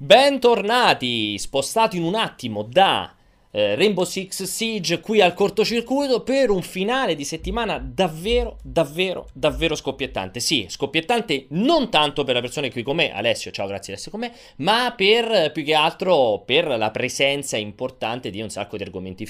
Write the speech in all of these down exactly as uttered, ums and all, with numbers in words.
Bentornati, spostati in un attimo da eh, Rainbow Six Siege qui al cortocircuito per un finale di settimana davvero, davvero, davvero scoppiettante. Sì, scoppiettante non tanto per la persona qui con me, Alessio, ciao, grazie di essere con me, ma per più che altro per la presenza importante di un sacco di argomenti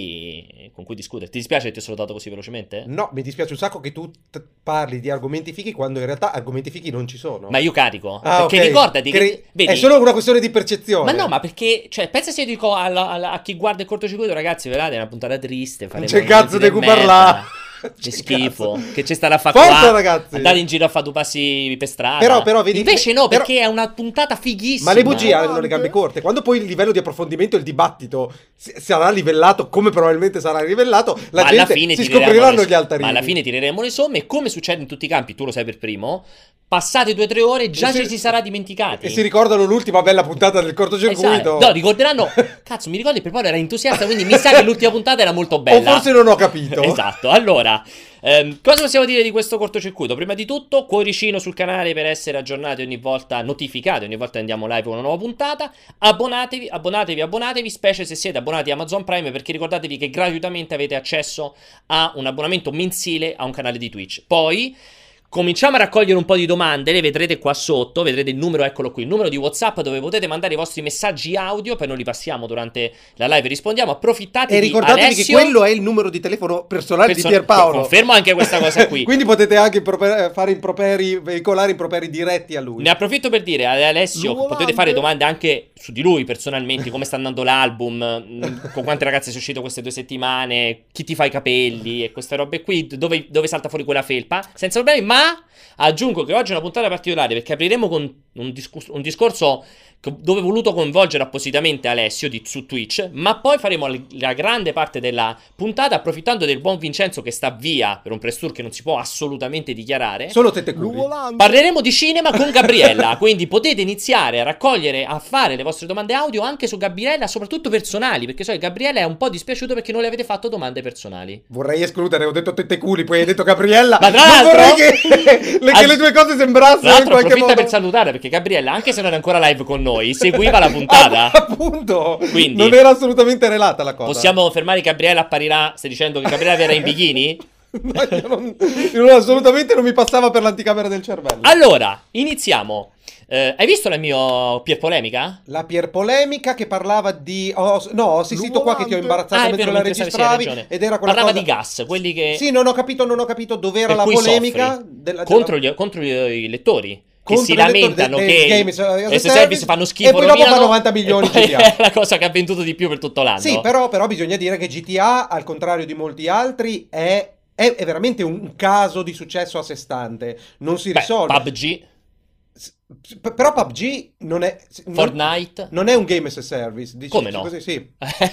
fighi con cui discutere. Ti dispiace che ti ho salutato così velocemente? No, mi dispiace un sacco che tu t- parli di argomenti fighi quando in realtà argomenti fighi non ci sono. Ma io carico, Ah, perché ok. ricordati che, Cre- vedi, È solo una questione di percezione. ma no, ma perché, cioè, pensa se io dico alla- alla- a chi guarda il cortocircuito, ragazzi, vedete, è una puntata triste, faremo c'è cazzo di cui merda, parlare. che C'è schifo, cazzo. che c'è sta la fa Forza, qua, ragazzi. andare in giro a fare due passi per strada. Però- però, vedi- Invece no, però- perché è una puntata fighissima. Ma le bugie hanno le gambe corte. Quando poi il livello di approfondimento e il dibattito s- sarà livellato come probabilmente sarà livellato, la Ma alla gente fine si tireremo scopriranno le- gli altarini. Ma alla fine tireremo le somme e come succede in tutti i campi, tu lo sai per primo, passate due o tre ore già E si- ci si sarà dimenticati. E si ricordano l'ultima bella puntata del cortocircuito. Esatto. No, ricorderanno. Cazzo, mi ricordi per poi era entusiasta, quindi mi sa che l'ultima puntata era molto O bella. forse non ho capito. Esatto, allora, ehm, cosa possiamo dire di questo cortocircuito? Prima di tutto, cuoricino sul canale per essere aggiornati ogni volta, notificati ogni volta che andiamo live con una nuova puntata. Abbonatevi, abbonatevi, abbonatevi, specie se siete abbonati a Amazon Prime, perché ricordatevi che gratuitamente avete accesso a un abbonamento mensile a un canale di Twitch. Poi cominciamo a raccogliere un po' di domande, le vedrete qua sotto, vedrete il numero, eccolo qui, il numero di WhatsApp dove potete mandare i vostri messaggi audio, poi noi li passiamo durante la live e rispondiamo. Approfittate E di ricordatevi Alessio, che quello è il numero di telefono personale Perso- di Pierpaolo. Confermo anche questa cosa qui. Quindi potete anche improper- fare improperi, veicolare improperi diretti a lui. Ne approfitto per dire ad Alessio che Volante. potete fare domande anche su di lui personalmente, come sta andando l'album, mh, con quante ragazze sei uscito queste due settimane, chi ti fa i capelli e queste robe qui, dove, dove salta fuori quella felpa, senza problemi. Ma aggiungo che oggi è una puntata particolare perché apriremo con un, discus- un discorso dove ho voluto coinvolgere appositamente Alessio di, su Twitch, ma poi faremo l- la grande parte della puntata approfittando del buon Vincenzo che sta via per un press tour che non si può assolutamente dichiarare. Solo tette cubi. Parleremo di cinema con Gabriella, quindi potete iniziare a raccogliere, a fare le vostre domande audio anche su Gabriella, soprattutto personali, perché so che Gabriella è un po' dispiaciuto perché non le avete fatto domande personali. Vorrei escludere, ho detto tette culi, poi hai detto Gabriella. Ma tra non l'altro- vorrei che, le, che le due cose Tra sembrassero in l'altro qualche approfitta modo. per salutare perché Gabriella, anche se non è ancora live con noi, seguiva la puntata. Ah, appunto. Quindi- non era assolutamente relata la cosa. Possiamo fermare che Gabriella apparirà, stai dicendo che Gabriella verrà in bikini? No, io non, io non- assolutamente non mi passava per l'anticamera del cervello. Allora, iniziamo. Eh, hai visto la mia Pier polemica? La Pier polemica che parlava di... oh, no, ho assistito qua che ti ho imbarazzato Ah, è mentre vero, la mentre stavi, sì, registravi hai ragione. ed era quella Parlava cosa... di gas, quelli che... Sì, non ho capito, non ho capito dov'era per la cui polemica soffri. della, contro, della- gli, contro i lettori che contro si i lettori lamentano de- che dei i Games as a service, Service service fanno schifo, e poi dopo rovinano, fa novanta milioni e poi G T A. è la cosa che ha venduto di più per tutto l'anno. Sì, però, però bisogna dire che G T A, al contrario di molti altri, è, è, è veramente un caso di successo a sé stante. Non si Beh, risolve. P U B G, S- P- Però P U B G non è... non- Fortnite. Non è un game as a service. dici- Come no? Così, sì.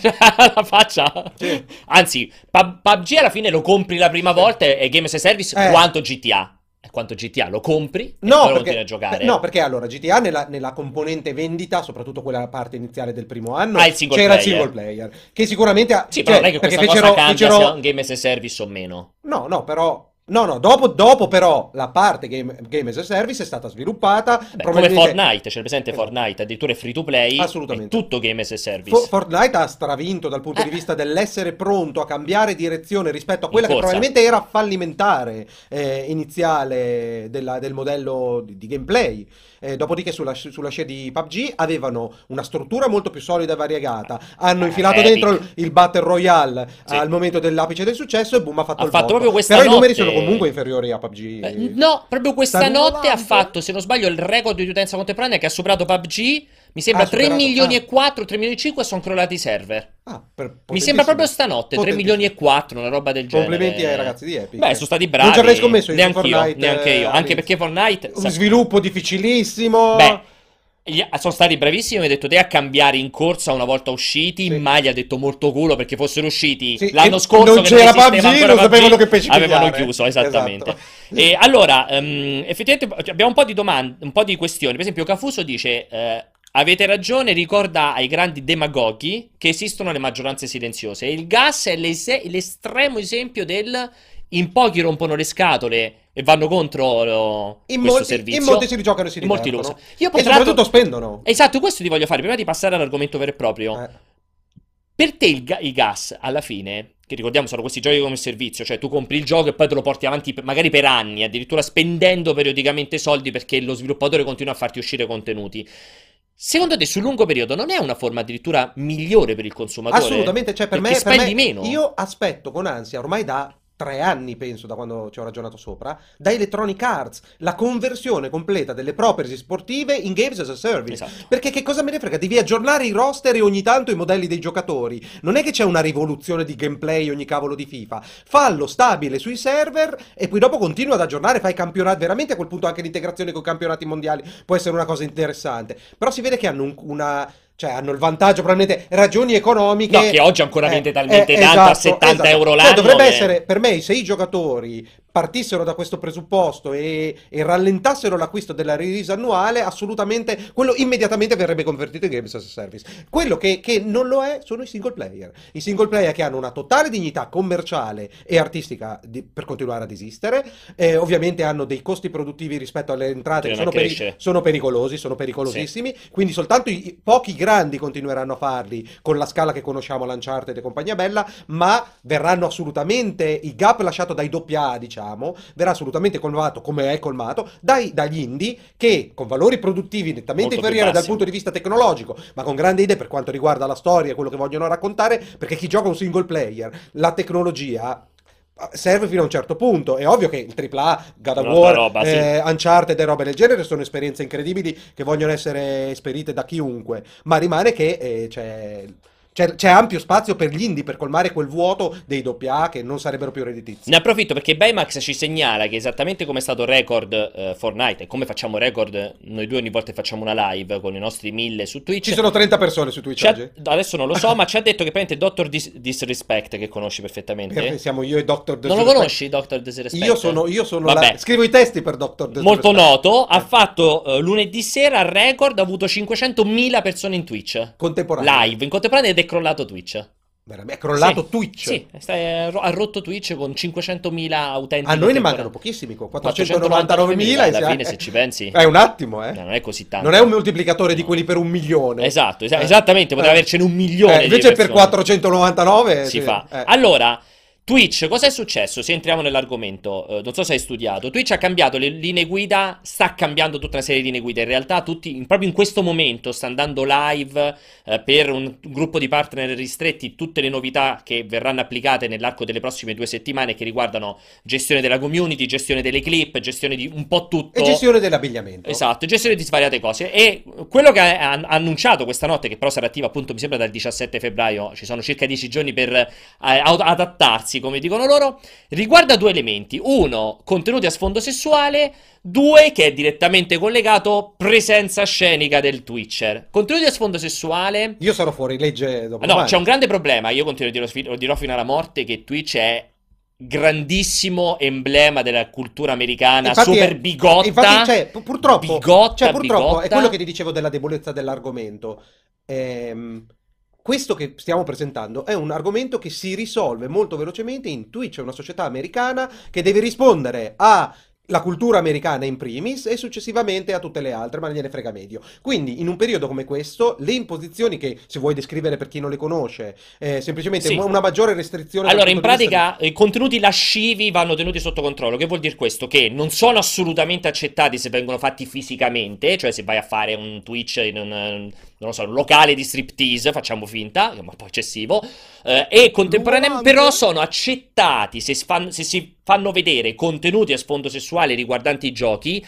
La faccia. Sì. Anzi, P U B G alla fine lo compri la prima volta e Game as a Service Eh. quanto G T A. E quanto G T A lo compri e No poi lo perché, continui a giocare. no, perché allora G T A nella, nella componente vendita, soprattutto quella parte iniziale del primo anno, Ah, il single c'era il player. single player, che sicuramente ha, Sì, cioè, però non è che perché questa fecero, cosa cambia fecero- sia un Game as a Service o meno. No, no, però... No, no, dopo, dopo però la parte game, game as a service è stata sviluppata Beh, come probabilmente- Fortnite, c'è presente Esatto. Fortnite, addirittura è free to play, Assolutamente. è tutto Game as a Service. Fo- Fortnite ha stravinto dal punto di Eh. vista dell'essere pronto a cambiare direzione rispetto a quella In che corsa. probabilmente era fallimentare eh, iniziale della- del modello di, di gameplay. Eh, dopodiché sulla, sulla scia di P U B G avevano una struttura molto più solida e variegata. Hanno Eh, infilato Epic. dentro il, il Battle Royale Sì. al momento dell'apice del successo e boom ha fatto Ha il fatto botto. proprio questa Però i numeri notte- sono comunque inferiori a P U B G. Eh, no, proprio questa Sta notte ha volando. fatto, se non sbaglio, il record di utenza contemporanea che ha superato P U B G. Mi sembra Ha tre superato- milioni ah. e quattro, tre milioni e cinque e sono crollati i server. Ah, per- Mi potentissimo. sembra proprio stanotte, tre milioni e quattro, una roba del genere. Complimenti ai ragazzi di Epic. Beh, sono stati bravi. Non ci avrei scommesso io su neanche io, Fortnite, neanche eh, io. Anche all'inizio. perché Fortnite Un sa- sviluppo difficilissimo. Beh, gli- sono stati bravissimi, mi ha detto te a cambiare in corsa una volta usciti, Sì. ma gli ha detto molto culo perché fossero usciti Sì, l'anno e scorso non che c'era esisteva P U B G, ancora non P U B G, sapevano che pesci avevano pigliare. chiuso, esattamente. Esatto. E allora, ehm, effettivamente abbiamo un po' di domande, un po' di questioni. Per esempio, Cafuso dice: eh, avete ragione, ricorda ai grandi demagoghi che esistono le maggioranze silenziose. E il gas è l'ese- l'estremo esempio del in pochi rompono le scatole e vanno contro lo- In questo molti, servizio. in molti si rigiocano e si In molti lo divertono. usano. Io poi E tra l'altro- soprattutto spendono. Esatto, questo ti voglio fare prima di passare all'argomento vero e proprio. Eh. Per te il, ga- i gas, alla fine, che ricordiamo sono questi giochi come servizio, cioè tu compri il gioco e poi te lo porti avanti per- magari per anni, addirittura spendendo periodicamente soldi perché lo sviluppatore continua a farti uscire contenuti. Secondo te sul lungo periodo non è una forma addirittura migliore per il consumatore? Assolutamente, cioè per me, Perché per me- spendi meno. io aspetto con ansia ormai da tre anni, penso, da quando ci ho ragionato sopra, da Electronic Arts, la conversione completa delle property sportive in Games as a Service. Esatto. Perché che cosa me ne frega? Devi aggiornare i roster e ogni tanto i modelli dei giocatori. Non è che c'è una rivoluzione di gameplay ogni cavolo di FIFA. Fallo stabile sui server e poi dopo continua ad aggiornare, fai campionati. Veramente a quel punto anche l'integrazione con i campionati mondiali può essere una cosa interessante. Però si vede che hanno un- una... Cioè hanno il vantaggio, probabilmente ragioni economiche. No, che oggi ancora vende talmente eh, tanto a esatto, settanta esatto. euro Cioè, l'anno dovrebbe che- essere, per me, se i giocatori partissero da questo presupposto e, e rallentassero l'acquisto della release annuale, assolutamente, quello immediatamente verrebbe convertito in Games as a Service. Quello che, che non lo è sono i single player. I single player che hanno una totale dignità commerciale e artistica di- per continuare ad esistere, eh, ovviamente hanno dei costi produttivi rispetto alle entrate che Devono sono, peri- crescere. sono pericolosi, sono pericolosissimi, quindi soltanto i, i pochi grandi continueranno a farli con la scala che conosciamo, l'Uncharted e compagnia bella, ma verranno assolutamente, il gap lasciato dai doppia A, diciamo, verrà assolutamente colmato, come è colmato, dai, dagli indie che con valori produttivi nettamente Molto più inferiori dal bassi. punto di vista tecnologico, ma con grandi idee per quanto riguarda la storia e quello che vogliono raccontare, perché chi gioca un single player, la tecnologia serve fino a un certo punto. È ovvio che il tripla A, God of Un'altra War, roba, sì. eh, Uncharted e robe del genere sono esperienze incredibili che vogliono essere esperite da chiunque, ma rimane che eh, c'è, c'è, c'è ampio spazio per gli indie per colmare quel vuoto dei doppia A che non sarebbero più redditizi. Ne approfitto perché Baymax ci segnala che esattamente come è stato record eh, Fortnite e come facciamo record noi due ogni volta che facciamo una live con i nostri mille su Twitch. Ci sono trenta persone su Twitch ci ha- oggi. adesso non lo so, ma ci ha detto che praticamente Doctor Dis- Disrespect, che conosci perfettamente. Perché siamo io e Doctor Non lo conosci, Doctor Disrespect? Io sono, io sono Vabbè. la... Scrivo i testi per Doctor Molto Disrespect. noto, ha Eh. fatto eh, lunedì sera il record, ha avuto cinquecentomila persone in Twitch. Contemporaneo. Live, in contemporanea ed è crollato Twitch. Veramente, è crollato Sì, Twitch. Sì, sta- ha rotto Twitch con cinquecentomila utenti. A noi ne contemporanei. mancano pochissimi, con quattrocentonovantanovemila. Alla e fine, si- se ci pensi, È un attimo, eh. no, non è così tanto. Non è un moltiplicatore di quelli per un milione. Esatto, esa- Eh. esattamente, poteva Eh. avercene un milione Eh, di invece per persone. quattrocentonovantanove Si sì. fa. Eh. Allora, Twitch, cosa è successo? Se entriamo nell'argomento, eh, non so se hai studiato. Twitch ha cambiato le linee guida, sta cambiando tutta una serie di linee guida. In realtà, tutti, in- proprio in questo momento, sta andando live eh, per un gruppo di partner ristretti tutte le novità che verranno applicate nell'arco delle prossime due settimane, che riguardano gestione della community, gestione delle clip, gestione di un po' tutto. E gestione dell'abbigliamento. Esatto, gestione di svariate cose. E quello che ha ha annunciato questa notte, che però sarà attiva appunto mi sembra dal diciassette febbraio, ci sono circa dieci giorni per eh, au- adattarsi, come dicono loro, riguarda due elementi. Uno, contenuti a sfondo sessuale. Due, che è direttamente collegato, presenza scenica del Twitcher. Contenuti a sfondo sessuale. Io sarò fuori legge dopo No, domani. c'è un grande problema. Io continuo a dirlo, fi- lo dirò fino alla morte, che Twitch è grandissimo emblema della cultura americana, Infatti super è- bigotta. Infatti, cioè, pu- purtroppo, bigotta, cioè, purtroppo bigotta. è quello che ti dicevo della debolezza dell'argomento. Ehm, questo che stiamo presentando è un argomento che si risolve molto velocemente in Twitch, è una società americana che deve rispondere a la cultura americana in primis e successivamente a tutte le altre, ma gliene frega medio. Quindi, in un periodo come questo, le imposizioni che, se vuoi descrivere per chi non le conosce, eh, semplicemente Sì. una maggiore restrizione. dal Allora, in punto di vista pratica, i contenuti lascivi vanno tenuti sotto controllo. Che vuol dire questo? Che non sono assolutamente accettati se vengono fatti fisicamente, cioè se vai a fare un Twitch in un, eh, non lo so, un locale di striptease, facciamo finta, che è un po' eccessivo, eh, e contemporaneamente però sono accettati se, si fanno- se si fanno vedere contenuti a sfondo sessuale riguardanti i giochi,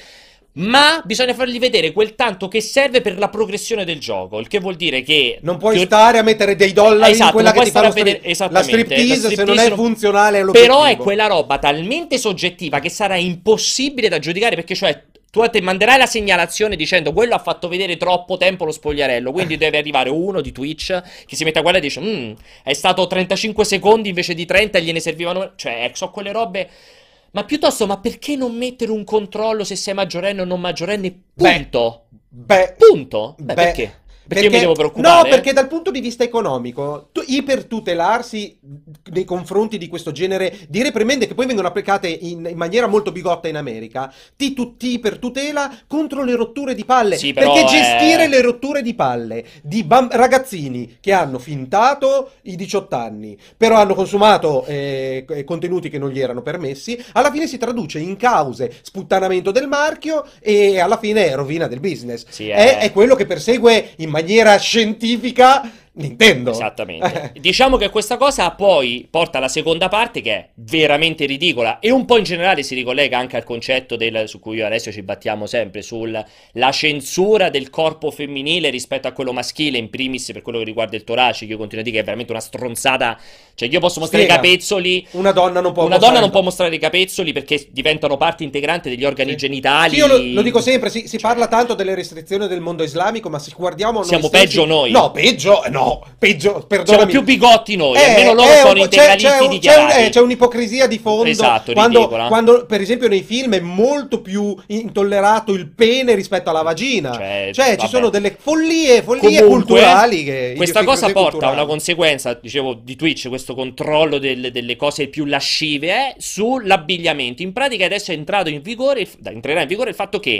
ma bisogna fargli vedere quel tanto che serve per la progressione del gioco, il che vuol dire che Non puoi che- stare a mettere dei dollari Esatto, in quella non che puoi ti fa stare lo a vedere- strip- esattamente, la striptease, la se non striptease è non- funzionale all'obiettivo. Però è quella roba talmente soggettiva che sarà impossibile da giudicare, perché cioè tu te manderai la segnalazione dicendo quello ha fatto vedere troppo tempo lo spogliarello, quindi deve arrivare uno di Twitch che si mette a guardare e dice "Mm, è stato trentacinque secondi invece di trenta e gliene servivano", cioè so quelle robe. Ma piuttosto, ma perché non mettere un controllo se sei maggiorenne o non maggiorenne? Beh, Punto. Beh, Punto. Beh, beh, perché? Perché io mi devo preoccupare? No, perché dal punto di vista economico, tu, ipertutelarsi nei confronti di questo genere di reprimende che poi vengono applicate in, in maniera molto bigotta in America, ti, tu, ti ipertutela contro le rotture di palle. Sì, però perché è- gestire le rotture di palle di bam- ragazzini che hanno fintato i diciotto anni, però hanno consumato eh, contenuti che non gli erano permessi, alla fine si traduce in cause, sputtanamento del marchio e alla fine rovina del business. Sì, è, è- è quello che persegue in maniera scientifica Nintendo. Esattamente. Diciamo che questa cosa poi porta alla seconda parte che è veramente ridicola e un po' in generale si ricollega anche al concetto del, su cui io adesso ci battiamo sempre, sulla censura del corpo femminile rispetto a quello maschile, in primis per quello che riguarda il torace, che io continuo a dire che è veramente una stronzata. Cioè io posso mostrare Spiega. i capezzoli, Una donna non può una mostrare- donna non può mostrare i capezzoli perché diventano parte integrante degli organi Sì. genitali. Sì, io lo, lo dico sempre, si, si Cioè, parla tanto delle restrizioni del mondo islamico, ma se guardiamo noi Siamo stessi- peggio noi. No, peggio, no, peggio, siamo perdonami. più bigotti noi, Eh, almeno loro è un sono po'- c'è- integralisti c'è un- c'è un- dichiarati. eh, c'è un'ipocrisia di fondo. Esatto, quando, ridicola. quando, per esempio, nei film è molto più intollerato il pene rispetto alla vagina. Cioè, Cioè, ci vabbè. sono delle follie, follie Comunque, culturali che questa cosa idiosincrasie porta a culturali. una conseguenza, dicevo, di Twitch, questo controllo del- delle cose più lascive è sull'abbigliamento. In pratica adesso è entrato in vigore, il- da- entrerà in vigore il fatto che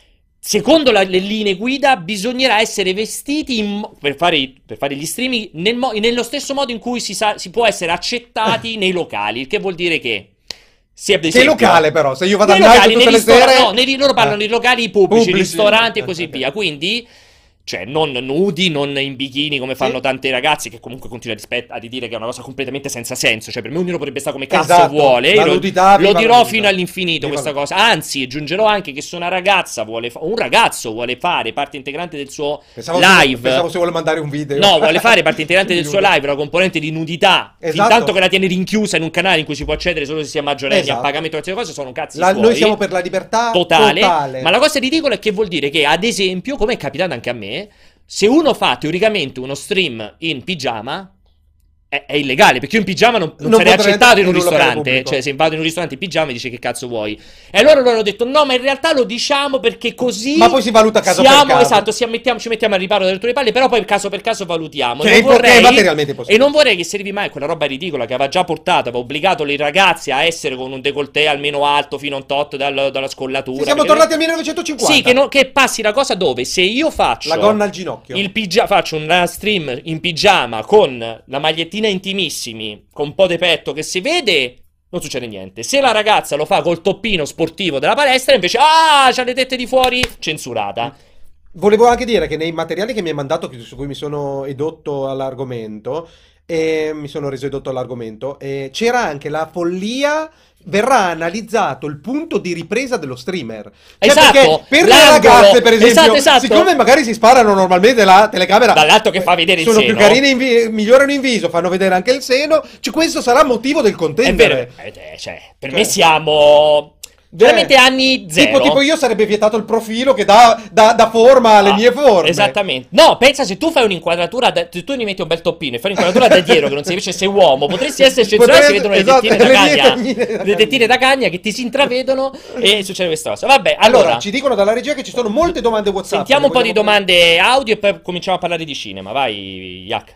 secondo la- le linee guida bisognerà essere vestiti in mo- per, fare, i- per fare gli streaming nel mo- nello stesso modo in cui si, sa- si può essere accettati nei locali, il che vuol dire che se ad Che esempio- locale, però, se io vado nei al night locali, tutte nei le ristora- sere... no, nei- loro parlano Ah. di locali pubblici, Pubblici. ristoranti e Ah, così ok. via. Quindi, cioè, non nudi, non in bikini come fanno Sì. tanti ragazzi, che comunque continua a, rispet- a dire che è una cosa completamente senza senso. Cioè, per me ognuno potrebbe stare come cazzo Esatto. vuole. La Io lo, nudità, lo viva la dirò nudità. fino all'infinito Viva questa la- cosa. Anzi, aggiungerò anche che se una ragazza vuole fa- o un ragazzo vuole fare parte integrante del suo Pensavo live. Se, pensavo se vuole mandare un video. No, vuole fare parte integrante del suo Nudo. live, una componente di nudità. Esatto. Fin tanto che la tiene rinchiusa in un canale in cui si può accedere solo se si è maggiorenni Esatto. a pagamento di queste cose, sono cazzi La- suoi. noi siamo per la libertà totale, totale. ma la cosa ridicola è che vuol dire che, ad esempio, come è capitato anche a me, se uno fa teoricamente uno stream in pigiama, è, è illegale, perché io in pigiama non, non Non sarei potrei accettato in un in un locale ristorante. pubblico. Cioè, se vado in un ristorante in pigiama dice che cazzo vuoi. E allora loro hanno detto no, ma in realtà lo diciamo perché così Ma poi si valuta caso siamo, per caso. esatto, si ammettiamo- ci mettiamo al riparo delle rotture di palle, però poi caso per caso valutiamo. Che E è non impo- che è vorrei- materialmente impossibile. E non vorrei che si arrivi mai a quella roba ridicola che aveva già portato, aveva obbligato le ragazze a essere con un décolleté almeno alto fino a un tot dal- dalla scollatura. Sì, siamo perché- tornati al millenovecentocinquanta. Sì, che, no- che passi la cosa dove se io faccio La gonna al ginocchio. il pigia- faccio una stream in pigiama con la magliettina intimissimi, con un po' di petto che si vede, non succede niente. Se la ragazza lo fa col toppino sportivo della palestra, invece, ah, c'ha le tette di fuori, censurata. Volevo anche dire che nei materiali che mi hai mandato, su cui mi sono edotto all'argomento, e mi sono reso edotto all'argomento, eh, c'era anche la follia. Verrà analizzato il punto di ripresa dello streamer. Cioè, Esatto, perché per le l'angolo. ragazze, per esempio, Esatto, esatto. siccome magari si sparano normalmente la telecamera Dall'alto che fa vedere il sono più seno. carine, in vi- migliorano in viso, fanno vedere anche il seno. Cioè, questo sarà motivo del È contendere. vero, eh, cioè, per Cioè- me siamo veramente anni zero. Tipo, tipo io sarebbe vietato il profilo che dà, dà- dà forma alle Ah, mie forme. Esattamente. No, pensa se tu fai un'inquadratura, da, se tu mi metti un bel toppino e fai un'inquadratura da dietro che non si capisce se sei uomo, potresti essere censurato e si Potrei- vedono le esatto, tettine da le mie cagna. tettine da Le cagna. tettine da cagna che ti si intravedono e succede questa cosa. Vabbè, Allora, allora, ci dicono dalla regia che ci sono molte domande WhatsApp. sentiamo un po' di Vogliamo- domande audio e poi cominciamo a parlare di cinema. Vai, Yak.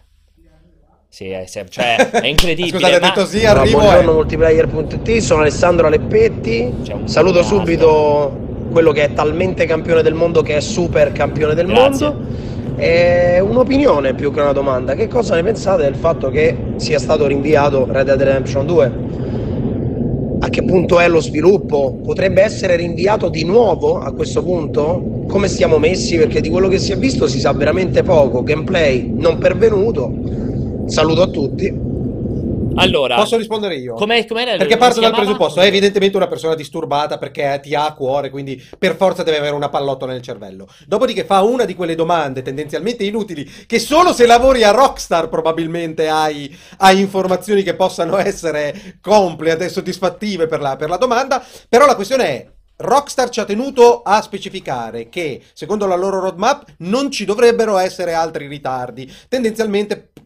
Sì, è, se- cioè, è incredibile. Scusate, ma- detto sì, Allora, arrivo. buongiorno eh. multiplayer punto it, sono Alessandro Aleppetti. C'è un Saluto cazzo. subito quello che è talmente campione del mondo che è super campione del Grazie. mondo. È un'opinione più che una domanda. Che cosa ne pensate del fatto che sia stato rinviato Red Dead Redemption due? A che punto è lo sviluppo? Potrebbe essere rinviato di nuovo a questo punto? Come stiamo messi? Perché di quello che si è visto si sa veramente poco. Gameplay non pervenuto. Saluto a tutti. Allora, Posso rispondere io? com'è, com'era, Perché come parto si dal chiamava? presupposto, è evidentemente una persona disturbata perché ti ha a cuore, quindi per forza deve avere una pallottola nel cervello. Dopodiché fa una di quelle domande tendenzialmente inutili che solo se lavori a Rockstar probabilmente hai, hai informazioni che possano essere complete e soddisfattive per la, per la domanda, però la questione è: Rockstar ci ha tenuto a specificare che, secondo la loro roadmap, non ci dovrebbero essere altri ritardi. Tendenzialmente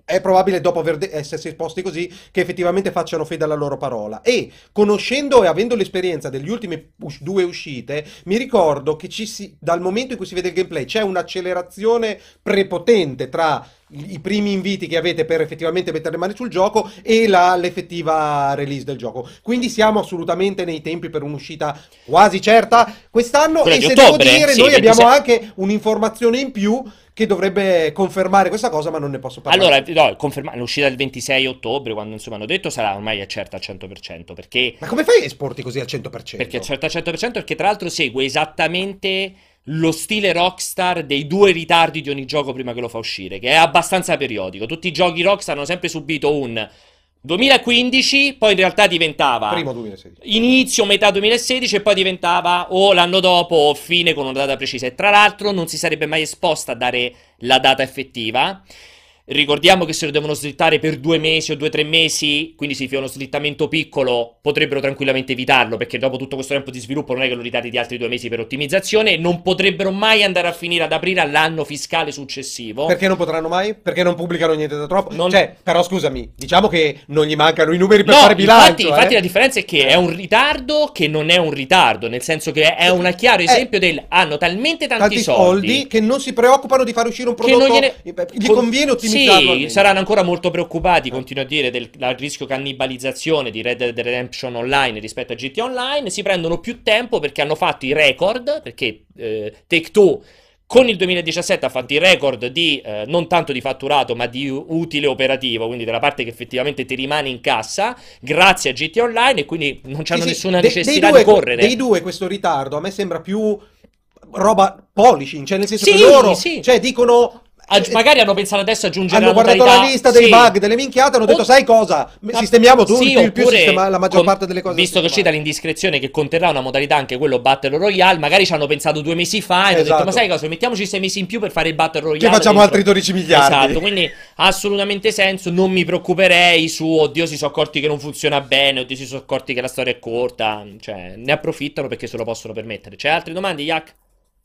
è probabile, dopo aver de- essersi esposti così, che effettivamente facciano fede alla loro parola. E conoscendo e avendo l'esperienza degli ultimi us- due uscite, mi ricordo che ci si, dal momento in cui si vede il gameplay c'è un'accelerazione prepotente tra i i primi inviti che avete per effettivamente mettere le mani sul gioco e la- l'effettiva release del gioco. Quindi siamo assolutamente nei tempi per un'uscita quasi certa quest'anno. Quella E di se ottobre, devo dire, sì, noi abbiamo ventisei. anche un'informazione in più che dovrebbe confermare questa cosa, ma non ne posso parlare. Allora, no, conferma- l'uscita del ventisei ottobre, quando insomma hanno detto, sarà ormai è certa al cento per cento, perché Ma come fai a esporti così al cento per cento? perché è certa al cento per cento, perché tra l'altro segue esattamente lo stile Rockstar dei due ritardi di ogni gioco prima che lo fa uscire, che è abbastanza periodico. Tutti i giochi Rockstar hanno sempre subito un duemilaquindici, poi in realtà diventava Primo duemilasedici. inizio, metà duemilasedici e poi diventava o l'anno dopo o fine con una data precisa. E tra l'altro non si sarebbe mai esposta a dare la data effettiva. Ricordiamo che se lo devono slittare per due mesi o due o tre mesi, quindi si fa uno slittamento piccolo, potrebbero tranquillamente evitarlo, perché dopo tutto questo tempo di sviluppo non è che lo ritardi di altri due mesi per ottimizzazione, non potrebbero mai andare a finire ad aprire all'anno fiscale successivo. Perché non potranno mai? Perché non pubblicano niente da troppo? Non- Cioè, però scusami, diciamo che non gli mancano i numeri per No, fare bilancio, infatti, infatti eh. la differenza è che è un ritardo che non è un ritardo, nel senso che è un chiaro Eh, esempio del hanno talmente tanti, tanti soldi che non si preoccupano di fare uscire un che prodotto, non gliene- gli con- conviene ottimizzarlo al Sì, meglio. saranno ancora molto preoccupati, continuo a dire, del, del rischio cannibalizzazione di Red Dead Redemption Online rispetto a G T A Online. Si prendono più tempo perché hanno fatto i record, perché eh, Take-Two con il duemiladiciassette ha fatto i record di, eh, non tanto di fatturato, ma di u- utile operativo, quindi della parte che effettivamente ti rimane in cassa, grazie a G T A Online, e quindi non Sì, hanno sì, nessuna de- necessità dei due, di correre. Dei due questo ritardo a me sembra più roba polishing, cioè nel senso Sì, che loro sì. cioè, dicono... Aggi- eh, magari hanno pensato adesso a aggiungere hanno la guardato modalità, la lista dei sì. bug, delle minchiate, hanno detto, O- sai cosa? Ma- Sistemiamo tutti, sì, il più oppure, sistema- la maggior com- parte delle cose visto che sistemate. uscita l'indiscrezione che conterrà una modalità anche quello Battle Royale, magari ci hanno pensato due mesi fa e hanno Esatto. detto, ma sai cosa, mettiamoci sei mesi in più per fare il Battle Royale. Che facciamo dentro." altri dodici miliardi. Esatto, quindi ha assolutamente senso, non mi preoccuperei su, oddio si sono accorti che non funziona bene, oddio si sono accorti che la storia è corta, cioè ne approfittano perché se lo possono permettere. C'è altre domande, Yak?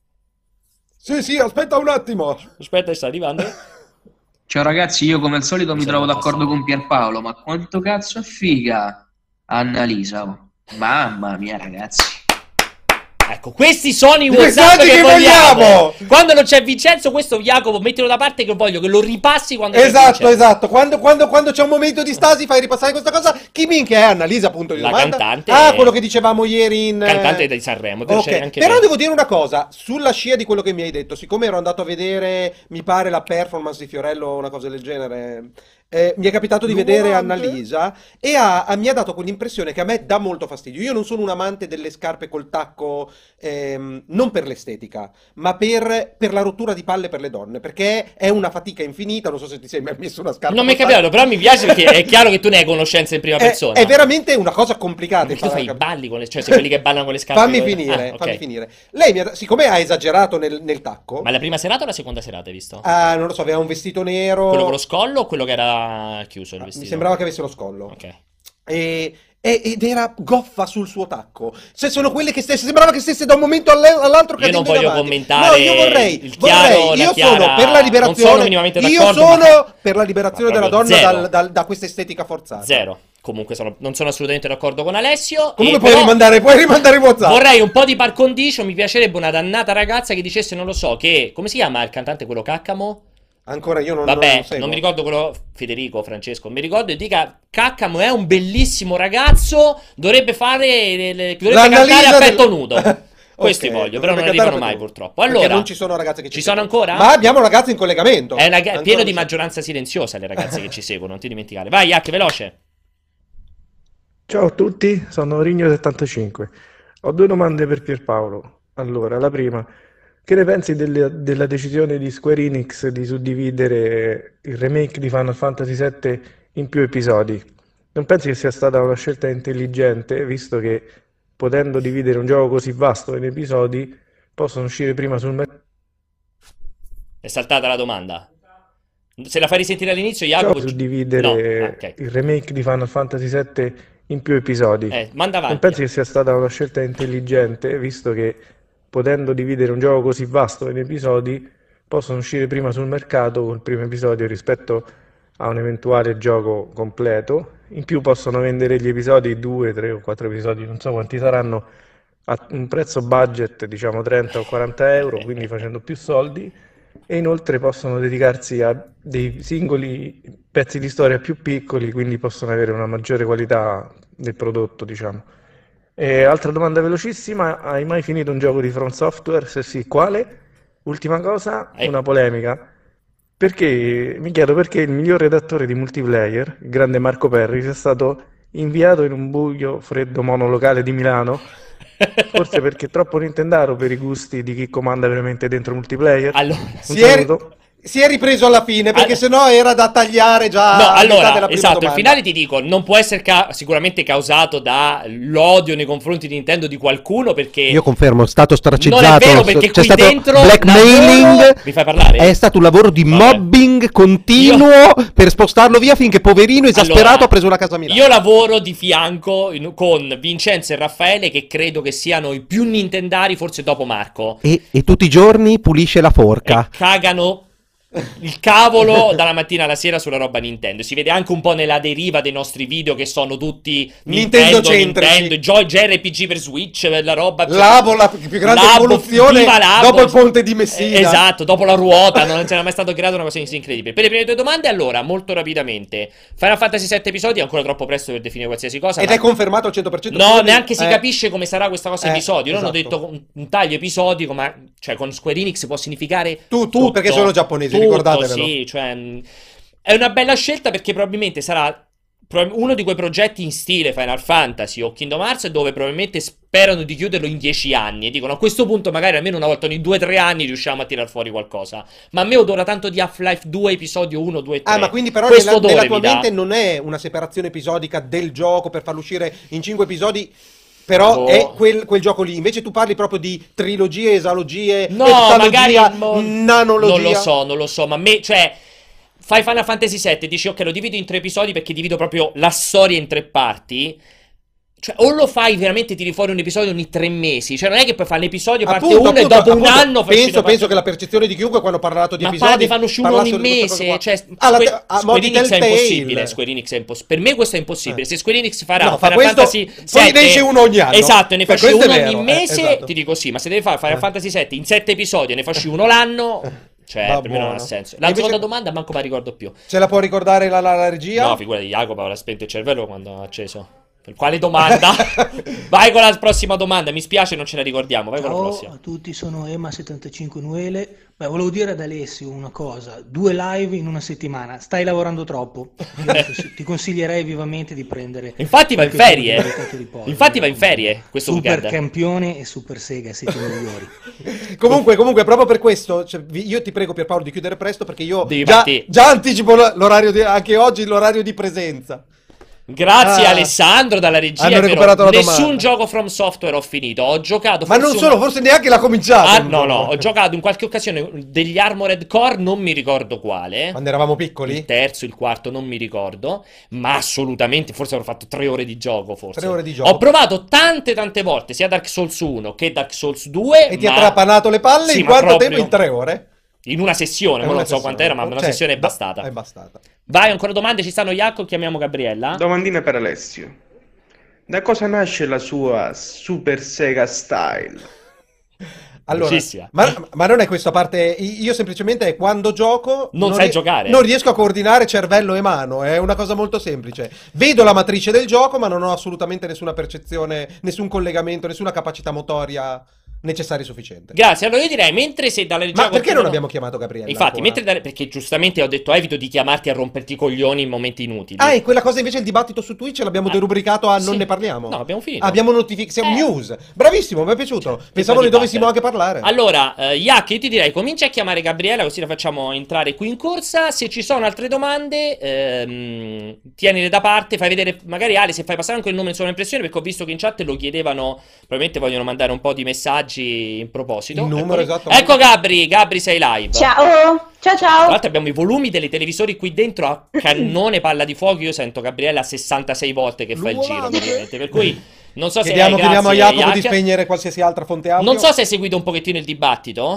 Sì, sì, aspetta un attimo. Aspetta, sta arrivando. Ciao ragazzi, io come al solito mi Sì, trovo sì. d'accordo con Pierpaolo, ma quanto cazzo è figa Annalisa? Oh. Mamma mia ragazzi. Ecco, questi sono i I WhatsApp messaggi che, che vogliamo. vogliamo. Quando non c'è Vincenzo, questo Jacopo, mettilo da parte che voglio che lo ripassi quando c'è Esatto, Vincenzo. esatto. Quando, quando, quando c'è un momento di stasi fai ripassare questa cosa. Chi minchia è Annalisa, punto di La domanda? cantante- Ah, quello che dicevamo ieri in... Cantante eh, di Sanremo. però Ok, c'è anche però te. devo dire una cosa, sulla scia di quello che mi hai detto, siccome ero andato a vedere, mi pare, la performance di Fiorello o una cosa del genere, eh, mi è capitato di vedere Volante. Annalisa e ha- ha- mi ha dato quell'impressione che a me dà molto fastidio. Io non sono un amante delle scarpe col tacco, ehm, non per l'estetica, ma per, per la rottura di palle per le donne, perché è una fatica infinita, non so se ti sei mai messo una scarpa Non mi è col capitato, però mi piace perché è chiaro che tu ne hai conoscenza in prima tacco. È, persona. è veramente una cosa complicata. Perché tu fai i imparare a cap- balli con le... Cioè, sei quelli che ballano con le scarpe. Fammi con- finire, Ah, ok. fammi finire. Lei, mi ha- siccome ha esagerato nel, nel tacco, Ma la prima serata o la seconda serata hai visto? ah, non lo so, aveva un vestito nero. Quello con lo scollo o quello che era chiuso il Ah, vestito? mi sembrava che avesse lo scollo. Ok. E, e- ed era goffa sul suo tacco. Se sono quelle che stesse, sembrava che stesse da un momento alle- all'altro Io non cadendo in voglio avanti. commentare No, io vorrei, il chiaro, vorrei, la io chiara- sono per la non liberazione. sono minimamente io d'accordo, sono ma- per la liberazione ma della proprio donna zero. dal- dal- da questa estetica forzata. Zero. Comunque sono- non sono assolutamente d'accordo con Alessio. Comunque e puoi però rimandare, puoi rimandare il WhatsApp. vorrei un po' di par condicio. Mi piacerebbe una dannata ragazza che dicesse, non lo so, che... Come si chiama il cantante, quello Caccamo? Ancora io non, Vabbè, non, non, seguo. mi ricordo quello... Federico, Francesco, mi ricordo e dica Caccamo è un bellissimo ragazzo, dovrebbe fare... le- le- dovrebbe L'Annalisa cantare a del- petto nudo. Questi Ok, voglio, però non dovrebbe arrivano cantare mai per tu. purtroppo. Perché Allora, non ci sono ragazze che ci ci sono seguono. ancora? Ma abbiamo ragazzi in collegamento. È una ga- Ancora pieno non di c'è. maggioranza silenziosa le ragazze che ci seguono, non ti dimenticare. Vai, Jack, veloce. Ciao a tutti, sono Rigno settantacinque. Ho due domande per Pierpaolo. Allora, la prima, che ne pensi delle- della decisione di Square Enix di suddividere il remake di Final Fantasy sette in più episodi? Non pensi che sia stata una scelta intelligente, visto che potendo dividere un gioco così vasto in episodi, possono uscire prima sul mercato? È saltata la domanda. Se la fai risentire all'inizio, Jacopo... Suddividere No, ah, ok. il remake di Final Fantasy sette in più episodi? Eh, manda Non avanti. pensi che sia stata una scelta intelligente, visto che potendo dividere un gioco così vasto in episodi, possono uscire prima sul mercato col primo episodio rispetto a un eventuale gioco completo. In più possono vendere gli episodi, due, tre o quattro episodi, non so quanti saranno, a un prezzo budget, diciamo trenta o quaranta euro, quindi facendo più soldi, e inoltre possono dedicarsi a dei singoli pezzi di storia più piccoli, quindi possono avere una maggiore qualità del prodotto, diciamo. E altra domanda velocissima, hai mai finito un gioco di From Software? Se sì, quale? Ultima cosa, Eh. una polemica. Perché, mi chiedo perché il miglior redattore di multiplayer, il grande Marco Perri, sia stato inviato in un buio, freddo monolocale di Milano. Forse perché è troppo nintendaro per i gusti di chi comanda veramente dentro multiplayer. Allora, Un Si è, saluto. si è ripreso alla fine, perché All- sennò era da tagliare già no, a metà allora, della prima esatto, il domanda. finale ti dico, non può essere ca- sicuramente causato dall'odio nei confronti di Nintendo di qualcuno, perché Io confermo, è stato stracizzato. non è vero, perché c'è qui stato dentro blackmailing. lavoro- Mi fai parlare? È stato un lavoro di Vabbè. mobbing continuo per spostarlo via finché poverino esasperato Allora, ha preso una casa a Milano. Io lavoro di fianco in- con Vincenzo e Raffaele, che credo che siano i più nintendari, forse dopo Marco. E, e tutti i giorni pulisce la forca. E cagano il cavolo dalla mattina alla sera sulla roba Nintendo. Si vede anche un po' nella deriva dei nostri video, che sono tutti Nintendo, Nintendo-centrici. Nintendo, gio- J R P G per Switch, la roba. Labo, la più grande Labo, evoluzione viva Labo. dopo il ponte di Messina. Eh, Esatto, dopo la ruota, non c'era mai stato creato una cosa incredibile. Per le prime due domande, allora, molto rapidamente, Final Fantasy sette episodi è ancora troppo presto per definire qualsiasi cosa. Ed ma- è confermato al cento per cento. No, quindi- neanche si eh, capisce come sarà questa cosa Eh, episodio. Loro hanno esatto. detto un, un taglio episodico, ma cioè con Square Enix può significare Tutto, tutto, perché sono giapponesi, tutto, ricordatevelo. Sì, cioè, mh, è una bella scelta, perché probabilmente sarà pro- uno di quei progetti in stile Final Fantasy o Kingdom Hearts dove probabilmente sperano di chiuderlo in dieci anni e dicono a questo punto magari almeno una volta ogni due tre anni riusciamo a tirar fuori qualcosa. Ma a me odora tanto di Half-Life due episodio uno, due e tre. Ah, ma quindi però Questo nella, odore nella tua mi dà. mente non è una separazione episodica del gioco per farlo uscire in cinque episodi, però Boh. è quel, quel gioco lì. Invece tu parli proprio di trilogie, esalogie, No, eftalogia, magari mo- nanologia. non lo so, non lo so, ma a me, cioè, fai Final Fantasy sette, dici ok, lo divido in tre episodi perché divido proprio la storia in tre parti. Cioè, o lo fai veramente, tiri fuori un episodio ogni tre mesi. Cioè, non è che puoi fare l'episodio parte Appunto, uno e appunto, dopo un appunto, anno fai uscire penso, la penso parte- che la percezione di chiunque quando ha parlato di Ma episodi pare di fanno uscire uno parlasse ogni di queste mese. cose Cioè, qua. Ah, la Square, te- a Square mo' di Enix è Telltale. impossibile. Square Enix è impossibile. Per me questo è impossibile. Eh. Se Square Enix farà No, fa Final questo, Fantasy poi sette, ne esce uno ogni anno. esatto, e ne Per facci questo uno è ogni vero, eh, mese, esatto. ti dico sì. Ma se devi fare Final Eh. Fantasy sette in sette episodi e ne facci uno l'anno, cioè, Va per me non ha buono. senso. E La invece- seconda domanda manco me la ricordo più. Ce la può ricordare la, la, la regia? No, figurati, Jacopo avrà spento il cervello quando ha acceso. Per quale domanda? Vai con la prossima domanda, mi spiace non ce la ricordiamo, vai con la Ciao prossima. a tutti, sono Ema settantacinque Nuele. Beh, volevo dire ad Alessio una cosa: due live in una settimana, stai lavorando troppo. Io ti- ti consiglierei vivamente di prendere Infatti va in qualche ferie. giorno di meritato riposo. Infatti va in ferie questo Super weekend. Campione e Super Sega, siete i migliori. Comunque, comunque, proprio per questo, cioè, vi- io ti prego Pierpaolo di chiudere presto perché io Devi già, farti- già anticipo l- l'orario di, anche oggi l'orario di presenza. Grazie Ah, Alessandro dalla regia. hanno è vero, recuperato la nessun domanda. gioco From Software ho finito. Ho giocato Ma forse non solo, una- forse neanche l'ha cominciato. Ah, un no, gioco. no, ho giocato in qualche occasione degli Armored Core, non mi ricordo quale. Quando eravamo Il piccoli? terzo, il quarto, non mi ricordo. Ma assolutamente, forse avrò fatto tre ore di gioco. Forse Tre ore di gioco. Ho provato tante, tante volte sia Dark Souls uno che Dark Souls due. E ti ha ma trapanato le palle Sì, in ma quanto proprio- tempo? In tre ore? in una sessione, È ma una non so sessione. quant'era, ma una Cioè, sessione è da- bastata. È bastata. Vai, ancora domande? Ci stanno Jacopo, chiamiamo Gabriella. Domandina per Alessio. Da cosa nasce la sua Super Sega Style? Allora, Velocissima. ma, ma non è questa parte, io semplicemente quando gioco Non sai ri- giocare. non riesco a coordinare cervello e mano, è una cosa molto semplice. Vedo la matrice del gioco, ma non ho assolutamente nessuna percezione, nessun collegamento, nessuna capacità motoria necessaria e sufficiente. Grazie, allora io direi, mentre se dalla regia Ma perché non continuano- abbiamo chiamato Gabriella? Infatti, ancora? mentre dalle- perché giustamente ho detto evito di chiamarti a romperti i coglioni in momenti inutili. Ah, e quella cosa invece il dibattito su Twitch l'abbiamo Ah, derubricato a sì. non ne parliamo. No, abbiamo finito. Abbiamo notificazione Eh. news. Bravissimo, mi è piaciuto. Pensavo ne di dovessimo anche battere. parlare. Allora, eh, Jack, io ti direi comincia a chiamare Gabriella così la facciamo entrare qui in corsa. Se ci sono altre domande, ehm, tienile da parte, fai vedere magari Ale se fai passare anche il nome in sovraimpressione, perché ho visto che in chat lo chiedevano, probabilmente vogliono mandare un po' di messaggi in proposito. Il numero, Eccoli. esatto. Ecco Gabri, Gabri sei live. Ciao, ciao Tra ciao. l'altro abbiamo i volumi dei televisori qui dentro a cannone palla di fuoco. Io sento Gabriella sessantasei volte che fa il giro praticamente. Per cui non so se Chiediamo, hai, chiediamo a grazie, Jacopo di Jack. spegnere qualsiasi altra fonte audio. Non so se hai seguito un pochettino il dibattito.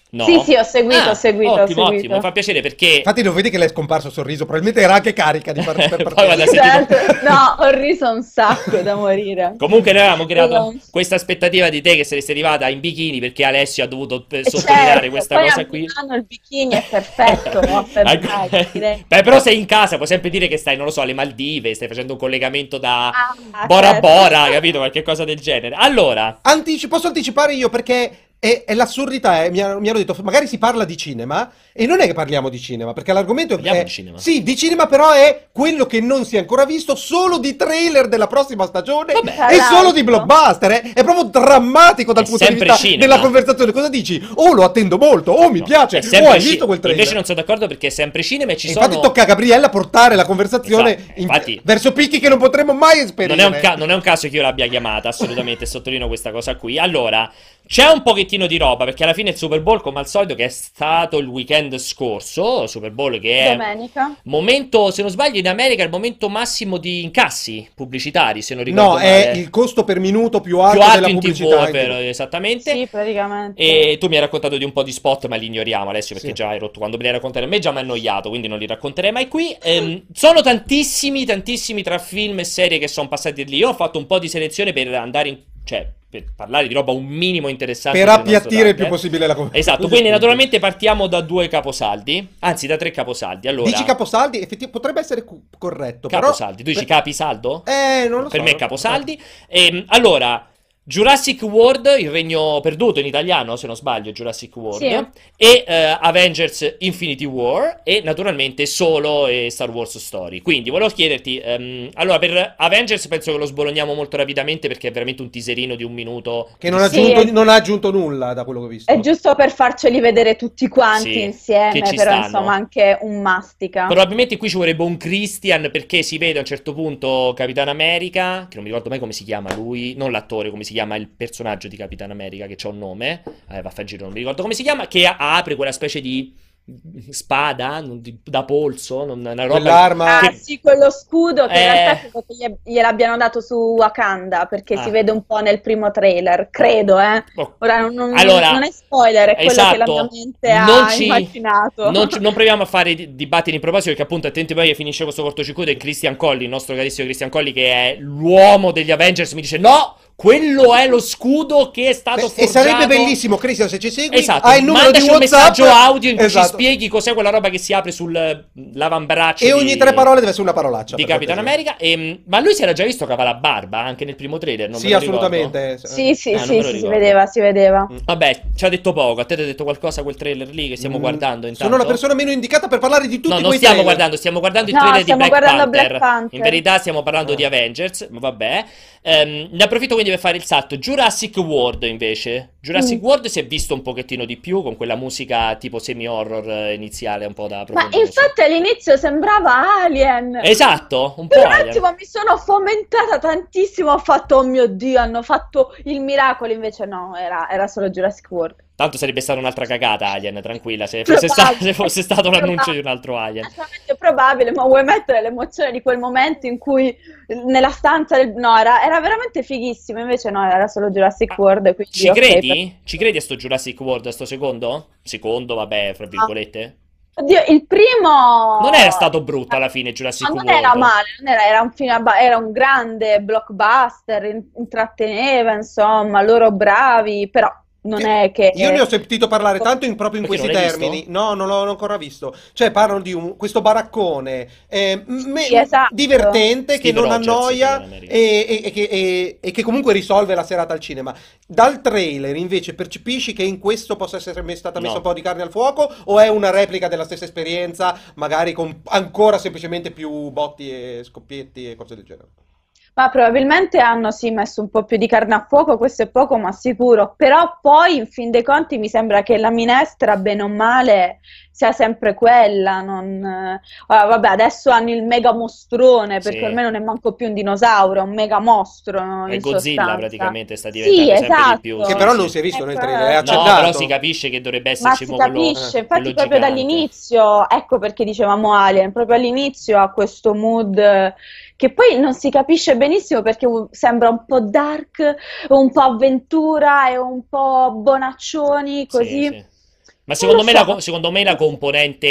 No? Sì, sì, ho seguito, Ah, ho seguito, ho ottimo, seguito. ottimo, mi fa piacere perché... Infatti lo vedi che le è scomparso il sorriso, probabilmente era anche carica di par- per Poi partire. vado a sentire- Certo, no, ho riso un sacco da morire. Comunque noi avevamo creato Esatto. questa aspettativa di te che saresti arrivata in bikini perché Alessio ha dovuto eh, E sottolineare certo, questa poi cosa a qui. Milano il bikini è perfetto, no? Per Ecco. dai, direi. Beh, però sei in casa, puoi sempre dire che stai, non lo so, alle Maldive, stai facendo un collegamento da Ah, Bora certo. Bora, capito? Qualche cosa del genere. Allora, Antici- posso anticipare io perché è, è l'assurdità, eh, mi, ha- mi hanno detto magari si parla di cinema e non è che parliamo di cinema perché l'argomento Parliamo è di cinema. sì, di cinema, però è quello che non si è ancora visto, solo di trailer della prossima stagione Vabbè. e Tra solo di l'altro. blockbuster, eh. È proprio drammatico dal È punto di sempre vista cinema. della conversazione. Cosa dici? Oh, lo attendo molto, oh, mi no, piace, è sempre oh, hai ci- visto quel trailer? Invece non sono d'accordo perché è sempre cinema e ci E sono... infatti tocca a Gabriella portare la conversazione Esatto, in- infatti- verso picchi che non potremmo mai esperire. Non è, un ca- non è un caso che io l'abbia chiamata, assolutamente, sottolineo questa cosa qui. Allora, c'è un pochettino di roba, perché alla fine il Super Bowl, come al solito, che è stato il weekend scorso, Super Bowl che è Domenica. momento, se non sbaglio, in America è il momento massimo di incassi pubblicitari, se non ricordo No, male. è il costo per minuto più alto più alto della in pubblicità. tivù, in vero, tivù. esattamente. Sì, praticamente. E tu mi hai raccontato di un po' di spot, ma li ignoriamo Alessio perché Sì. già hai rotto. Quando me li hai raccontati a me già mi hai annoiato, quindi non li racconterei mai qui. Ehm, sono tantissimi, tantissimi tra film e serie che sono passati lì. Io ho fatto un po' di selezione per andare in... cioè, per parlare di roba un minimo interessante. Per del nostro appiattire il più target. possibile la conversazione. Esatto, quindi naturalmente partiamo da due caposaldi, anzi da tre caposaldi. Allora, Dici caposaldi, effettivamente potrebbe essere cu- corretto, caposaldi. Tu però... dici capisaldo? Eh, non lo so. Per me non- caposaldi. Ehm, allora, Jurassic World, il regno perduto in italiano, se non sbaglio, Jurassic World, Sì. e eh, Avengers Infinity War, e naturalmente Solo e Star Wars Story. Quindi volevo chiederti, ehm, allora per Avengers penso che lo sbologniamo molto rapidamente perché è veramente un teaserino di un minuto. Che non ha, Sì, aggiunto, è- non ha aggiunto nulla da quello che ho visto. È giusto per farceli vedere tutti quanti Sì, insieme, che ci però stanno. insomma anche un mastica. Probabilmente qui ci vorrebbe un Christian perché si vede a un certo punto Capitan America, che non mi ricordo mai come si chiama lui, non l'attore, come si chiama il personaggio di Capitan America che c'ha un nome, eh, va a far giro, non mi ricordo come si chiama, che a- apre quella specie di spada non di- da polso, non, una roba Quell'arma... Ah, sì, quello scudo che Eh. in realtà credo che gli- gliel'abbiano dato su Wakanda perché Ah. si vede un po' nel primo trailer, credo, eh. Oh. Ora non, non- Allora, non è spoiler, è quello esatto, che la mia mente non ha ci- immaginato. Non, ci- non proviamo a fare di- dibattiti in proposito perché appunto attenti poi che finisce questo cortocircuito e Christian Colli, il nostro carissimo Christian Colli che è l'uomo degli Avengers mi dice no, quello è lo scudo che è stato E forgiato. sarebbe bellissimo, Cristian, se ci segui, Esatto, hai il numero mandaci di un WhatsApp. messaggio audio in cui Esatto. ci spieghi cos'è quella roba che si apre sul eh, l'avambraccio E ogni di- tre parole deve essere una parolaccia. di per Capitan cortesia. America. Ehm, ma lui si era già visto che aveva la barba anche nel primo trailer, non Sì, me lo ricordo. assolutamente. Sì, sì, Ah, non sì, me lo sì, si ricordo. vedeva, si vedeva. Vabbè, ci ha detto poco. A te ti ha detto qualcosa quel trailer lì che stiamo Mm, guardando intanto? Sono la persona meno indicata per parlare di tutti No, non quei stiamo trailer. guardando, stiamo guardando il No, trailer di stiamo Black guardando Panther. Black Panther. In verità stiamo parlando Ah. di Avengers, ma vabbè. Ehm, ne approfitto quindi per fare il salto. Jurassic World invece. Jurassic Mm. World si è visto un pochettino di più con quella musica tipo semi-horror eh, iniziale, un po' da Ma profondo. infatti all'inizio sembrava Alien. Esatto, un po' Per un Alien. attimo mi sono fomentata tantissimo, ho fatto, oh mio Dio, hanno fatto il miracolo, invece no, era, era solo Jurassic World. Tanto sarebbe stata un'altra cagata Alien, tranquilla, se fosse, sta- se fosse stato l'annuncio di un altro Alien. Assolutamente probabile, ma vuoi mettere l'emozione di quel momento in cui nella stanza del... No, era, era veramente fighissimo, invece no, era solo Jurassic World, quindi Ci ok, credi? Ci credi a sto Jurassic World, a sto secondo? Secondo, vabbè, fra virgolette? per- Oddio, il primo... Non era stato brutto alla fine Jurassic Ma non World. era male, non era, era un film, abba- era un grande blockbuster, in- intratteneva, insomma, loro bravi, però non è che... Io ne ho sentito parlare tanto in, proprio in Perché questi non l'hai termini. visto? No, non l'ho ancora visto. Cioè, parlano di un, questo baraccone eh, me- Sì, esatto. divertente che Steve non Rogers, annoia in America. e, e- e che, e- e che comunque risolve la serata al cinema. Dal trailer, invece, percepisci che in questo possa essere me- stata messa No. un po' di carne al fuoco o è una replica della stessa esperienza, magari con ancora semplicemente più botti e scoppietti e cose del genere? Ma probabilmente hanno sì messo un po' più di carne a fuoco, questo è poco ma sicuro, però poi in fin dei conti mi sembra che la minestra, bene o male, sia sempre quella, non... eh, ora, vabbè, adesso hanno il mega mostrone, perché Sì. ormai non è manco più un dinosauro, è un mega mostro, no, È in Godzilla sostanza. praticamente sta Sì, diventando sempre di esatto. più. Che sì, però sì. non si è visto nel Ecco, trailer, è eh. No, accennato. però si capisce che dovrebbe Ma esserci si mo quello, capisce, infatti quello proprio gigante. dall'inizio, ecco perché dicevamo Alien, proprio all'inizio ha questo mood eh, che poi non si capisce benissimo perché uh, sembra un po' dark, un po' avventura e un po' bonaccioni, così. Sì, sì. Ma secondo lo me, la, so. co- secondo me la componente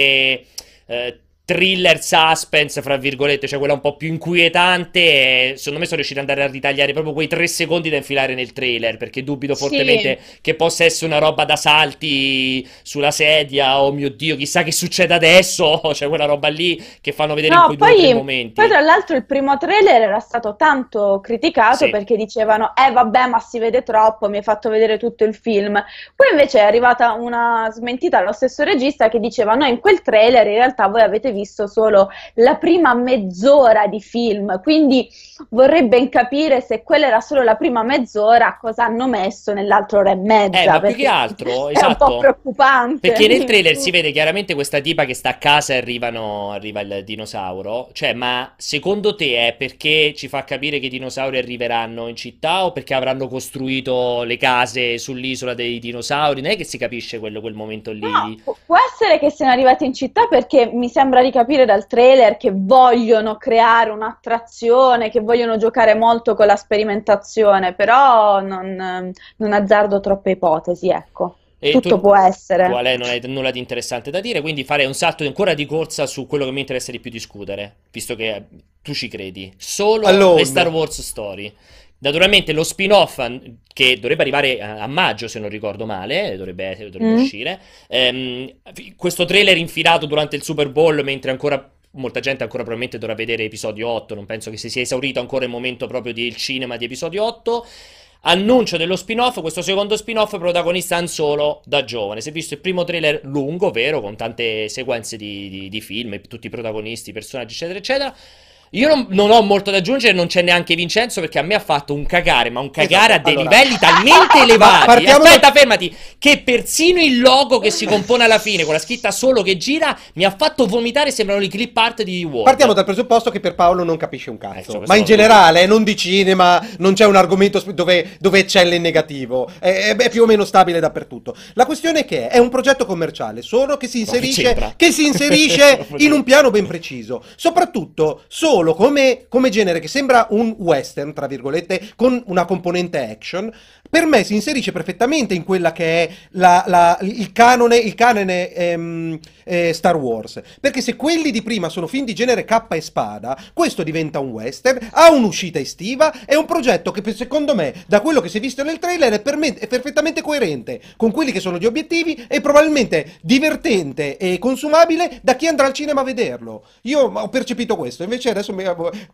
eh, thriller suspense, fra virgolette, cioè quella un po' più inquietante, eh, secondo me sono riusciti ad andare a ritagliare proprio quei tre secondi da infilare nel trailer, perché dubito fortemente Sì. che possa essere una roba da salti sulla sedia, oh mio Dio, chissà che succede adesso, cioè quella roba lì che fanno vedere in No, quei due o tre poi, momenti. poi tra l'altro il primo trailer era stato tanto criticato Sì. perché dicevano, eh vabbè, ma si vede troppo, mi hai fatto vedere tutto il film. Poi invece è arrivata una smentita allo stesso regista che diceva, no, in quel trailer in realtà voi avete visto solo la prima mezz'ora di film, quindi vorrebbe capire se quella era solo la prima mezz'ora, cosa hanno messo nell'altra ora e mezza, Eh, ma più che perché altro, è un po' esatto, preoccupante. perché nel trailer si vede chiaramente questa tipa che sta a casa e arrivano, arriva il dinosauro. Cioè, ma secondo te è perché ci fa capire che i dinosauri arriveranno in città o perché avranno costruito le case sull'isola dei dinosauri? Non è che si capisce quello, quel momento No, lì. pu- può essere che siano arrivati in città perché mi sembra di capire dal trailer che vogliono creare un'attrazione, che vogliono giocare molto con la sperimentazione, però non, non azzardo troppe ipotesi, ecco. E Tutto tu, può tu essere. a lei non hai nulla di interessante da dire, quindi farei un salto ancora di corsa su quello che mi interessa di più discutere, visto che tu ci credi. Solo le Star Alone. Wars Story. Naturalmente lo spin-off eh, che dovrebbe arrivare a, a maggio, se non ricordo male, dovrebbe, dovrebbe Mm. uscire. Ehm, fi- questo trailer infilato durante il Super Bowl, mentre ancora molta gente ancora probabilmente dovrà vedere episodio otto, non penso che si sia esaurito ancora il momento proprio del cinema di episodio otto. Annuncio dello spin-off, questo secondo spin-off protagonista Han Solo da giovane. Si è visto il primo trailer lungo, vero, con tante sequenze di, di- di film, tutti i protagonisti, i personaggi, eccetera, eccetera. Io non, non ho molto da aggiungere, non c'è neanche Vincenzo perché a me ha fatto un cagare, ma un cagare Esatto, a dei allora- livelli talmente Ma elevati. partiamo Aspetta, da- fermati, che persino il logo che si compone alla fine con la scritta Solo che gira mi ha fatto vomitare, sembrano i clip art di Word. Partiamo dal presupposto che per Paolo non capisce un Ecco, cazzo, questo ma in lo- generale, eh, non di cinema, non c'è un argomento sp- dove, dove eccelle in negativo, è, è più o meno stabile dappertutto. La questione è che è un progetto commerciale, solo che si Ma che inserisce, c'entra? che si inserisce in un piano ben preciso, soprattutto solo come, come genere che sembra un western, tra virgolette, con una componente action. Per me si inserisce perfettamente in quella che è la- la- il canone, il canone ehm, eh, Star Wars. Perché se quelli di prima sono film di genere cappa e spada, questo diventa un western, ha un'uscita estiva, è un progetto che per- secondo me, da quello che si è visto nel trailer, è, per me- è perfettamente coerente con quelli che sono gli obiettivi e probabilmente divertente e consumabile da chi andrà al cinema a vederlo. Io ho percepito questo, invece adesso mi,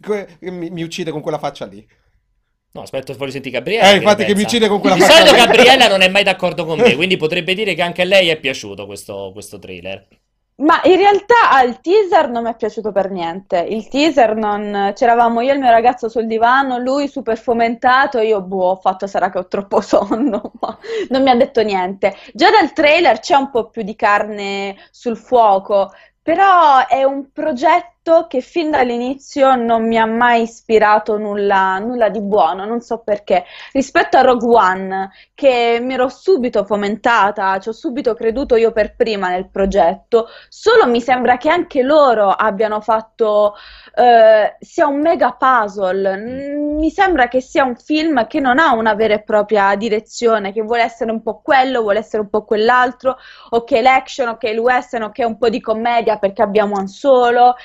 mi- mi uccide con quella faccia lì. No, aspetto fuori senti Gabriella. Eh, che infatti ne che mi pensa. uccide con quella Di faccia solito lì. Gabriella non è mai d'accordo con me, quindi potrebbe dire che anche a lei è piaciuto questo, questo trailer. Ma in realtà al teaser non mi è piaciuto per niente. Il teaser non. C'eravamo io e il mio ragazzo sul divano, lui super fomentato, io boh, ho fatto sarà che ho troppo sonno, ma non mi ha detto niente. Già dal trailer c'è un po' più di carne sul fuoco, però è un progetto che fin dall'inizio non mi ha mai ispirato nulla, nulla di buono, non so perché. Rispetto a Rogue One, che mi ero subito fomentata, ci ho subito creduto io per prima nel progetto, solo mi sembra che anche loro abbiano fatto eh, sia un mega puzzle. Mm, Mi sembra che sia un film che non ha una vera e propria direzione, che vuole essere un po' quello, vuole essere un po' quell'altro, ok l'action, ok il western, ok un po' di commedia perché abbiamo Han Solo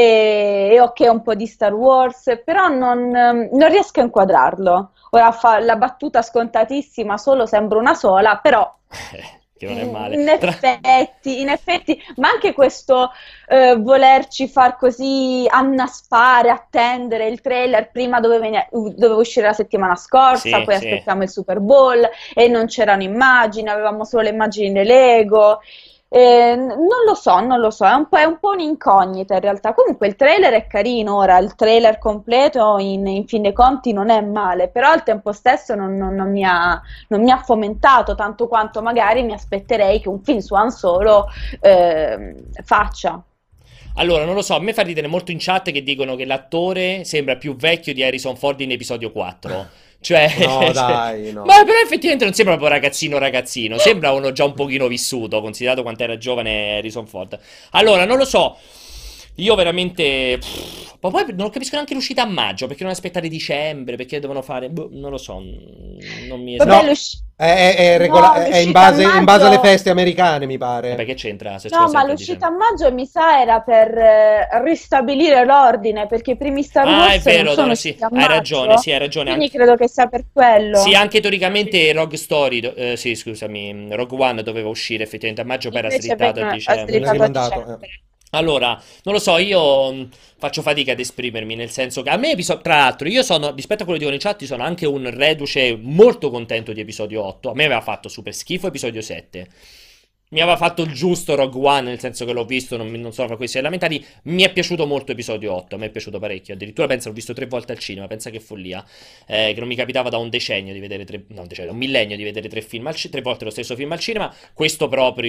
e, e ok un po' di Star Wars, però non, non riesco a inquadrarlo. Ora fa la battuta scontatissima, solo sembra una sola, però Eh, che non è male. in Tra- effetti, in effetti, ma anche questo eh, volerci far così annaspare, attendere il trailer, prima doveva, veni- doveva uscire la settimana scorsa, Sì, poi sì. aspettiamo il Super Bowl e non c'erano immagini, avevamo solo le immagini dei Lego. Eh, n- non lo so, non lo so, è un po', è un po' un'incognita in realtà. Comunque il trailer è carino, ora il trailer completo in, in fin dei conti non è male, però al tempo stesso non, non- non mi ha, non mi ha fomentato tanto quanto magari mi aspetterei che un film su Han Solo ehm, faccia. Allora, non lo so, a me fa ridere molto in chat che dicono che l'attore sembra più vecchio di Harrison Ford in episodio quattro. Cioè, No, cioè- dai, no. Ma però effettivamente non sembra proprio ragazzino ragazzino, sembra uno già un pochino vissuto, considerato quanto era giovane Harrison Ford. Allora, non lo so. Io veramente... pff, ma poi non capisco neanche l'uscita a maggio, perché non aspettare dicembre, perché devono fare... boh, non lo so, non mi Vabbè, esatto. l'usci- È, è regola- no, è in l'uscita base, a in base alle maggio... feste americane, mi pare. Perché c'entra se No, solo ma sempre a l'uscita a dicembre? maggio mi sa era per eh, ristabilire l'ordine, perché i primi Star Ah, è Wars vero, non sono Dora, sì, usciti a hai ragione, maggio, sì, hai ragione. quindi Anche... credo che sia per quello. Sì, anche teoricamente Rogue Story, do- eh, sì, scusami, Rogue One doveva uscire effettivamente a maggio, poi era Invece slittato a vengono- ha dicembre. Viene slittato a rimandato, dicembre. Allora, non lo so, io mh, faccio fatica ad esprimermi, nel senso che a me, episo- tra l'altro, io sono, rispetto a quello che dicono in chat, io sono anche un reduce molto contento di episodio otto. A me aveva fatto super schifo episodio sette. Mi aveva fatto il giusto Rogue One, nel senso che l'ho visto, non, mi- non sono fra questi lamentati. Mi è piaciuto molto episodio otto, a me è piaciuto parecchio. Addirittura penso l'ho visto tre volte al cinema, pensa che follia. Eh, che non mi capitava da un decennio di vedere tre, no, un decennio, un millennio di vedere tre film al ci- tre volte lo stesso film al cinema. Questo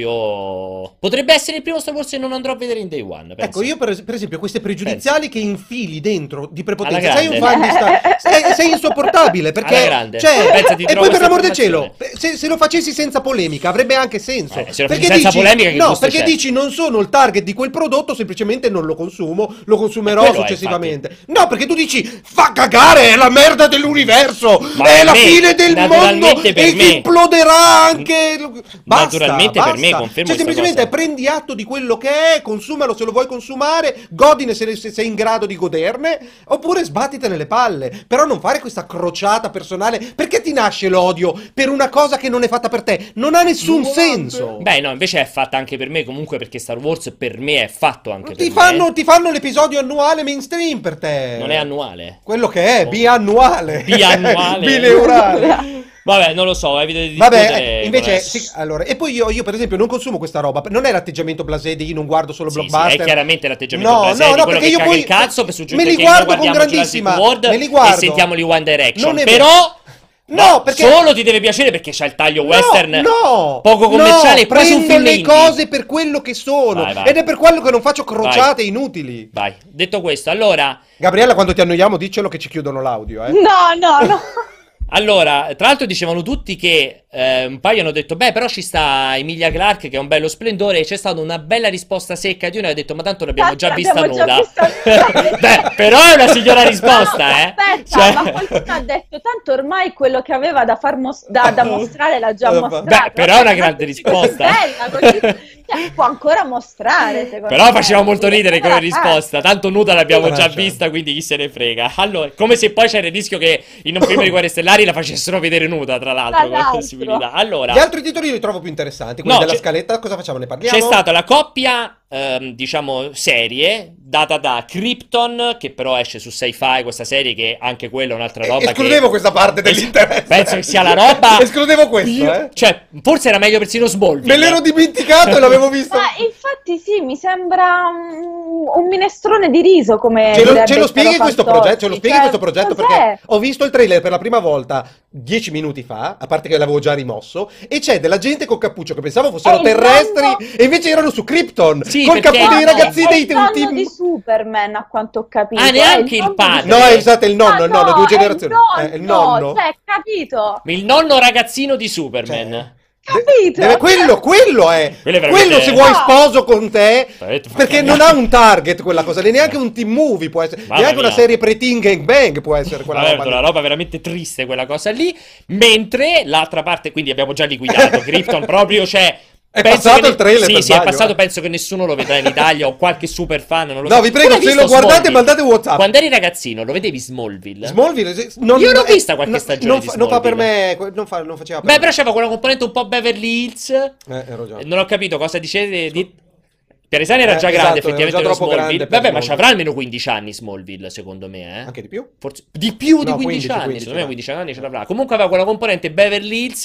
proprio potrebbe essere il primo Star Wars che non andrò a vedere in day one. Pensa. Ecco, io per, es- per esempio queste pregiudiziali che infili dentro di prepotenza, Alla sei un grande. fan di Star sei, sei insopportabile perché Alla grande. cioè, Pensa, ti e trovo poi per questa l'amor del cielo, informazione. se, se lo facessi senza polemica avrebbe anche senso. Eh, se lo perché facessi senza dici, polemica, che no, gusto perché c'è? dici non sono il target di quel prodotto, semplicemente non lo consumo, lo consumerò Quello è, successivamente. No, perché tu dici fa cagare, è la merda dell'universo, Ma è per la me, fine del mondo naturalmente per e me. imploderà anche. Basta, Naturalmente per basta. me, confermo Cioè, questa semplicemente cosa. prendi atto di quello che è, consumalo se lo vuoi consumare, godine se, se sei in grado di goderne, oppure sbattite nelle palle. Però non fare questa crociata personale. Perché ti nasce l'odio per una cosa che non è fatta per te? Non ha nessun senso. Beh, no, invece è fatta anche per me, comunque, perché Star Wars per me è fatto anche per Ti me. fanno, ti fanno l'episodio annuale mainstream per te. Non è annuale. Quello che è, Oh. biannuale. Biannuale. Bineurale. Vabbè, non lo so, evito di Vabbè, discutere eh, invece, con- sì, allora, e poi io, io per esempio non consumo questa roba, non è l'atteggiamento blasé di io non guardo solo Sì, sì, blockbuster. è chiaramente l'atteggiamento No, blasé no, di no, quello perché che io caga poi il cazzo per suggerire me li che noi guardo con guardiamo grandissima, Jurassic World me li e guardo. sentiamo gli One Direction. Non è vero. Però No, perché solo ti deve piacere perché c'ha il taglio western no, no, poco commerciale, no, quasi un prendo film le indie. cose per quello che sono Vai, vai. ed è per quello che non faccio crociate inutili. Vai, detto questo, allora Gabriella, quando ti annoiamo, dicelo che ci chiudono l'audio, eh. No, no, no. Allora, tra l'altro dicevano tutti che eh, un paio hanno detto, beh, però ci sta Emilia Clarke che è un bello splendore e c'è stata una bella risposta secca di uno che ha detto, ma tanto l'abbiamo già vista L'abbiamo già nuda. vista- Beh, però è una signora risposta, No, eh. aspetta, Cioè- ma qualcuno ha detto tanto ormai quello che aveva da, far mos- da, da mostrare l'ha già Beh, mostrato. però è una Vabbè, grande ma così risposta. bella, così- cioè, può ancora mostrare, secondo Però me. faceva molto ridere come Povera risposta. Tanto nuda l'abbiamo già Poraccia. vista, quindi chi se ne frega. Allora, come se poi c'era il rischio che in un film di Guerre Stellari la facessero vedere nuda, tra l'altro, Tra come l'altro. possibilità. Allora, Gli altri titoli li trovo più interessanti, quelli No, della c'è- scaletta, cosa facciamo? Ne parliamo? c'è stata la coppia, ehm, diciamo, serie data da Krypton, che però esce su Sci-Fi, questa serie che anche quella è un'altra Eh, roba escludevo che... questa parte dell'interesse. Penso che sia la roba... Escludevo questo, eh. Cioè, forse era meglio persino Smallville. Me l'ero dimenticato e l'avevo visto. Ma infatti sì, mi sembra un, un minestrone di riso come Ce lo, direbbe ce lo spieghi Piero questo Fantozzi. progetto? Ce lo spieghi Cioè, questo progetto? cos'è? Perché ho visto il trailer per la prima volta dieci minuti fa, a parte che l'avevo già rimosso, e c'è della gente con cappuccio che pensavo fossero È il terrestri nonno- e invece erano su Krypton, Sì, col perché- cappuccio dei No, ragazzini è dei il nonno team. di Superman, a quanto ho capito. Ah, È neanche il nonno di padre. No, Superman. esatto, è il nonno, Ah, il nonno, no, due è generazioni. il Eh, il nonno, nonno. cioè, capito? Il nonno ragazzino di Superman. Cioè, Capito? Deve- quello, quello è. Quello è veramente- Quello se vuoi No. sposo con te, Veramente fa perché cagare. non ha un target quella cosa lì, neanche un team movie può essere, Mamma neanche una mia. serie pre-teen gangbang può essere quella Vabbè, roba lì. una roba veramente triste quella cosa lì. Mentre l'altra parte, quindi abbiamo già liquidato Krypton proprio, cioè... È penso passato che il trailer Sì, per sì, è sbaglio, passato, eh. penso che nessuno lo vedrà in Italia o qualche super fan, non lo No, so. vi prego, Tu l'hai se visto lo guardate, Smallville? mandate WhatsApp. Quando eri ragazzino, lo vedevi Smallville? Smallville, se- non, Io l'ho eh, vista qualche no, stagione non di fa, non fa per Smallville. me, que- non, fa- non faceva per Beh, me. però c'era quella componente un po' Beverly Hills. Eh, ero già. Non ho capito cosa dicete di... Pianesani era Eh, già esatto, grande, era effettivamente, già dello troppo Smallville. grande per Vabbè, ma ci Smallville. avrà almeno quindici anni Smallville, secondo me, eh? Anche di più? Forse di più di No, quindici quindici, anni, quindici, secondo me va. quindici anni ce l'avrà. Comunque aveva quella componente Beverly Hills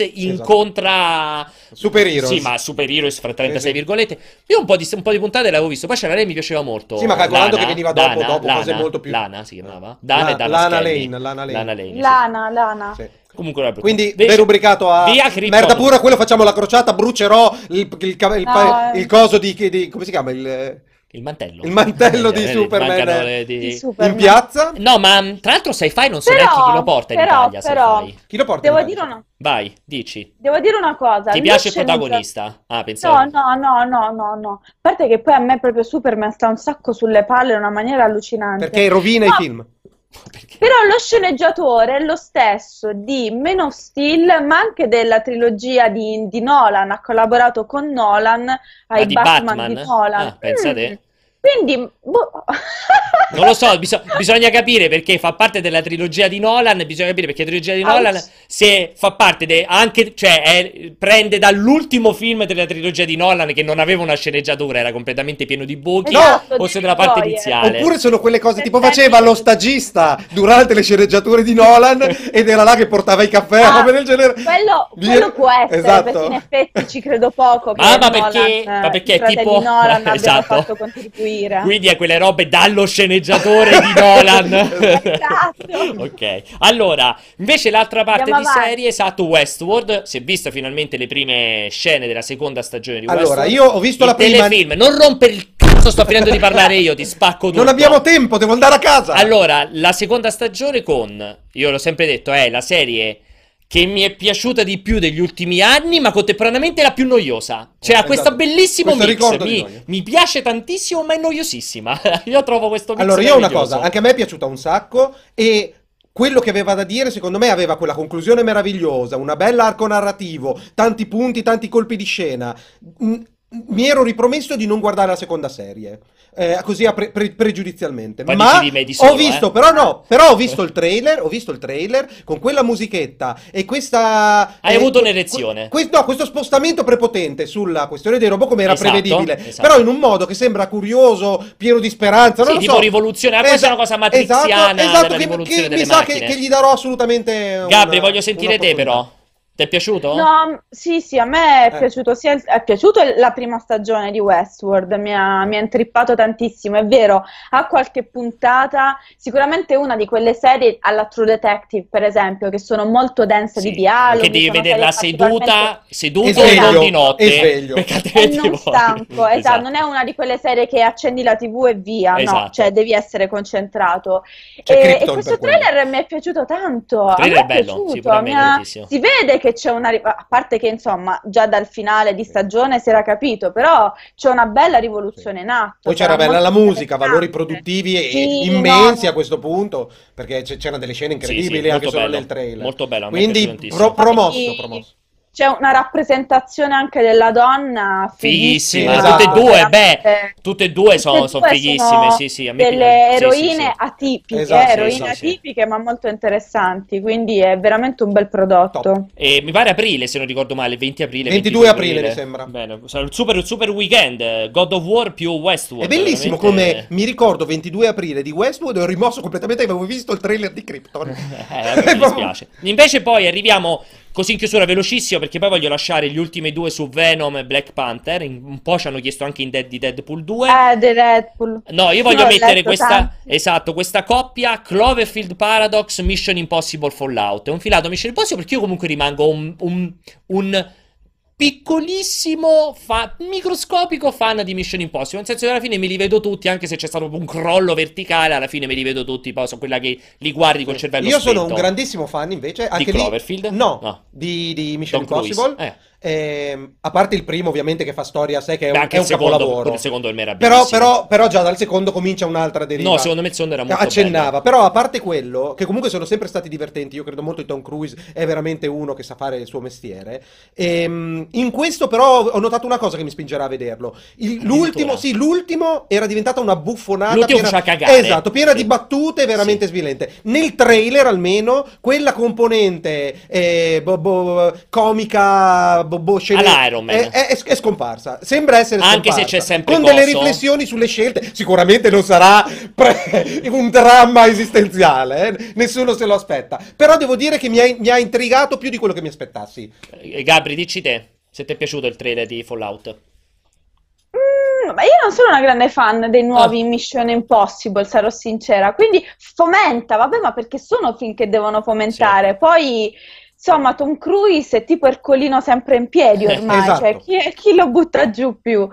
incontra Super Heroes. Sì, ma Super Heroes fra trentasei Sì, sì. virgolette. Io un po' di un po' di puntate l'avevo visto, poi c'era lei mi piaceva molto. Sì, ma calcolando Lana, che veniva dopo- Dana, dopo cose Lana, molto più- Lana si chiamava. Dana La- e Dana Lana Skelly. Lane, Lana Lane. Lana Lane, sì. Lana, Lana. Sì. Comunque vabbè. Quindi Invece- derubricato a via Krypton. merda pura, quello facciamo la crociata, brucerò il, il, il, il- No, eh. il coso di, di- come si chiama? Il, Il mantello. Il mantello di Eh, Superman mancano le- di- Di in Superman. piazza. No, ma mh, tra l'altro sci-fi non so Però- neanche chi lo porta in però- Italia, però- sci-fi. Chi lo porta? Devo in dire Italia? una, Vai, dici. devo dire una cosa. Ti lo piace il sceneggia- protagonista? Ah, No, pensavo... no, no, no, no, no. A parte che poi a me proprio Superman sta un sacco sulle palle in una maniera allucinante. Perché rovina No, i film. Perché? Però lo sceneggiatore è lo stesso di Man of Steel, ma anche della trilogia di, di Nolan. Ha collaborato con Nolan ai Ah, di Batman, Batman? di Nolan. Ah, pensa Mm. te. Quindi, boh. Non lo so, biso- bisogna capire perché fa parte della trilogia di Nolan, bisogna capire perché la trilogia di Ah, Nolan ups. se fa parte de- anche, cioè è- prende dall'ultimo film della trilogia di Nolan che non aveva una sceneggiatura, era completamente pieno di buchi, Esatto, o se di della parte gioie. iniziale. Oppure sono quelle cose tipo Perfetto. faceva lo stagista durante le sceneggiature di Nolan ed era là che portava i caffè, Ah, robe del genere. Quello, Via- quello può essere, Esatto. perché in effetti ci credo poco che Ma- ma Nolan, perché- eh, ma perché i fratelli tipo- Nolan abbiano Esatto. fatto contribuire. Quindi è quelle robe dallo sceneggiatore di Nolan. Esatto. Ok, allora, invece l'altra parte Andiamo di avanti. serie, esatto, Westworld, si è vista finalmente le prime scene della seconda stagione di Allora, Westworld. io ho visto Il la prima- telefilm, non rompere il cazzo, sto finendo di parlare io, ti spacco tutto. Non abbiamo tempo, devo andare a casa. Allora, la seconda stagione con, io l'ho sempre detto, è la serie che mi è piaciuta di più degli ultimi anni, ma contemporaneamente la più noiosa. Cioè, ha Esatto. questo bellissimo Questo mix. ricordo di Mi, noia. mi piace tantissimo, ma è noiosissima. Io trovo questo mix Allora, io ho una meraviglioso. cosa, anche a me è piaciuta un sacco e quello che aveva da dire, secondo me, aveva quella conclusione meravigliosa, una bella arco narrativo, tanti punti, tanti colpi di scena. Mm, Mi ero ripromesso di non guardare la seconda serie, eh, così a pre- pre- pregiudizialmente. Poi Ma dici di me di solo, ho visto, eh. però no, però ho visto il trailer, ho visto il trailer con quella musichetta e questa... Hai eh, avuto que- un'erezione. que- no, questo spostamento prepotente sulla questione dei robot come era Esatto, prevedibile, esatto. però in un modo che sembra curioso, pieno di speranza, non Sì, lo tipo so. rivoluzionaria, questa è una cosa matriziana esatto, esatto, della che- rivoluzione che delle mi sa macchine. che, che gli darò assolutamente una- Gabri, voglio sentire te un'opportunità. però. Ti è piaciuto? No, sì, sì, a me è Eh. piaciuto sia il- è piaciuto la prima stagione di Westworld, mi ha, mi ha intrippato tantissimo, è vero, ha qualche puntata, sicuramente una di quelle serie alla True Detective, per esempio, che sono molto dense Sì, di dialoghi, che devi sono vederla serie seduta, particolarmente- seduto E e sveglio, non di notte. e sveglio. Perché E altrimenti non muori. stanco, esatto, non è una di quelle serie che accendi la tivù e via, Esatto. no, cioè devi essere concentrato. C'è E, e Krypton questo per quello. trailer mi è piaciuto tanto, a trailer me è è bello, piaciuto, sì, pure a me mi ha- tantissimo. si vede che c'è una, ri- a parte che insomma già dal finale di stagione si era capito, però c'è una bella rivoluzione in atto. Poi c'era sarà bella la molto musica, valori interessante. produttivi e- Sì, immensi no, a questo punto, perché c- c'erano delle scene Sì, sì, incredibili anche molto solo bello, nel trailer. molto bello, a me è Quindi piaciuto tantissimo. pro- promosso, Infatti, promosso. c'è una rappresentazione anche della donna Fighissima, Esatto. tutte e due, veramente. beh, tutte e due sono, Tutte e sono due fighissime, sono sì, sì, a me delle piace- sì, eroine sì, sì. atipiche, Esatto, eroine sì, sì, sì. atipiche ma molto interessanti, quindi è veramente un bel prodotto. Top. E mi pare aprile, se non ricordo male, venti aprile, ventidue aprile, mi sembra. Bene, sarà il super, il super weekend, eh, God of War più Westworld. È bellissimo veramente- come mi ricordo ventidue aprile di Westwood e ho rimosso completamente, avevo visto il trailer di Krypton. Eh, mi dispiace. Invece poi arriviamo così in chiusura velocissimo perché poi voglio lasciare gli ultimi due su Venom e Black Panther. In- un po' ci hanno chiesto anche in Dead di Deadpool due. Eh, The Deadpool. No, io voglio L'ho mettere letto questa, tanto. esatto, questa coppia Cloverfield Paradox Mission Impossible Fallout. È un filato Mission Impossible perché io comunque rimango un, un, un piccolissimo, fa- microscopico fan di Mission Impossible. Nel senso che alla fine me li vedo tutti, anche se c'è stato un crollo verticale, alla fine me li vedo tutti. Poi sono quella che li guardi col cervello Io sono spento. un grandissimo fan invece anche lì- Cloverfield? No, No. di, di Mission Tom Cruise. Impossible. Eh. Ehm, a parte il primo ovviamente che fa storia a sé, che è Beh, un, anche è il un secondo, capolavoro. il secondo è Però, meraviglioso. però, però già dal secondo comincia un'altra deriva. No, secondo me il secondo era molto accennava, bello. però a parte quello, che comunque sono sempre stati divertenti, io credo molto in Tom Cruise, è veramente uno che sa fare il suo mestiere. Ehm, in questo però ho notato una cosa che mi spingerà a vederlo. Il- l'ultimo, sì, l'ultimo era diventata una buffonata. L'ultimo piena- faceva cagare. Esatto, piena Sì. di battute veramente Sì. svilente. Nel trailer almeno quella componente eh, bo- bo- comica, bo- bo- scene- Alla Iron Man. è, è- è scomparsa. Sembra essere Anche scomparsa. se c'è sempre con delle coso. riflessioni sulle scelte. Sicuramente non sarà pre- un dramma esistenziale, eh? Nessuno se lo aspetta. Però devo dire che mi ha, mi ha intrigato più di quello che mi aspettassi. Eh, Gabri, dici te, se ti è piaciuto il trailer di Fallout. Mm, ma io non sono una grande fan dei nuovi Ah. Mission Impossible, sarò sincera. Quindi fomenta, vabbè, ma perché sono film che devono fomentare. Poi insomma, Tom Cruise è tipo Ercolino sempre in piedi ormai, Esatto. cioè chi, chi lo butta giù più?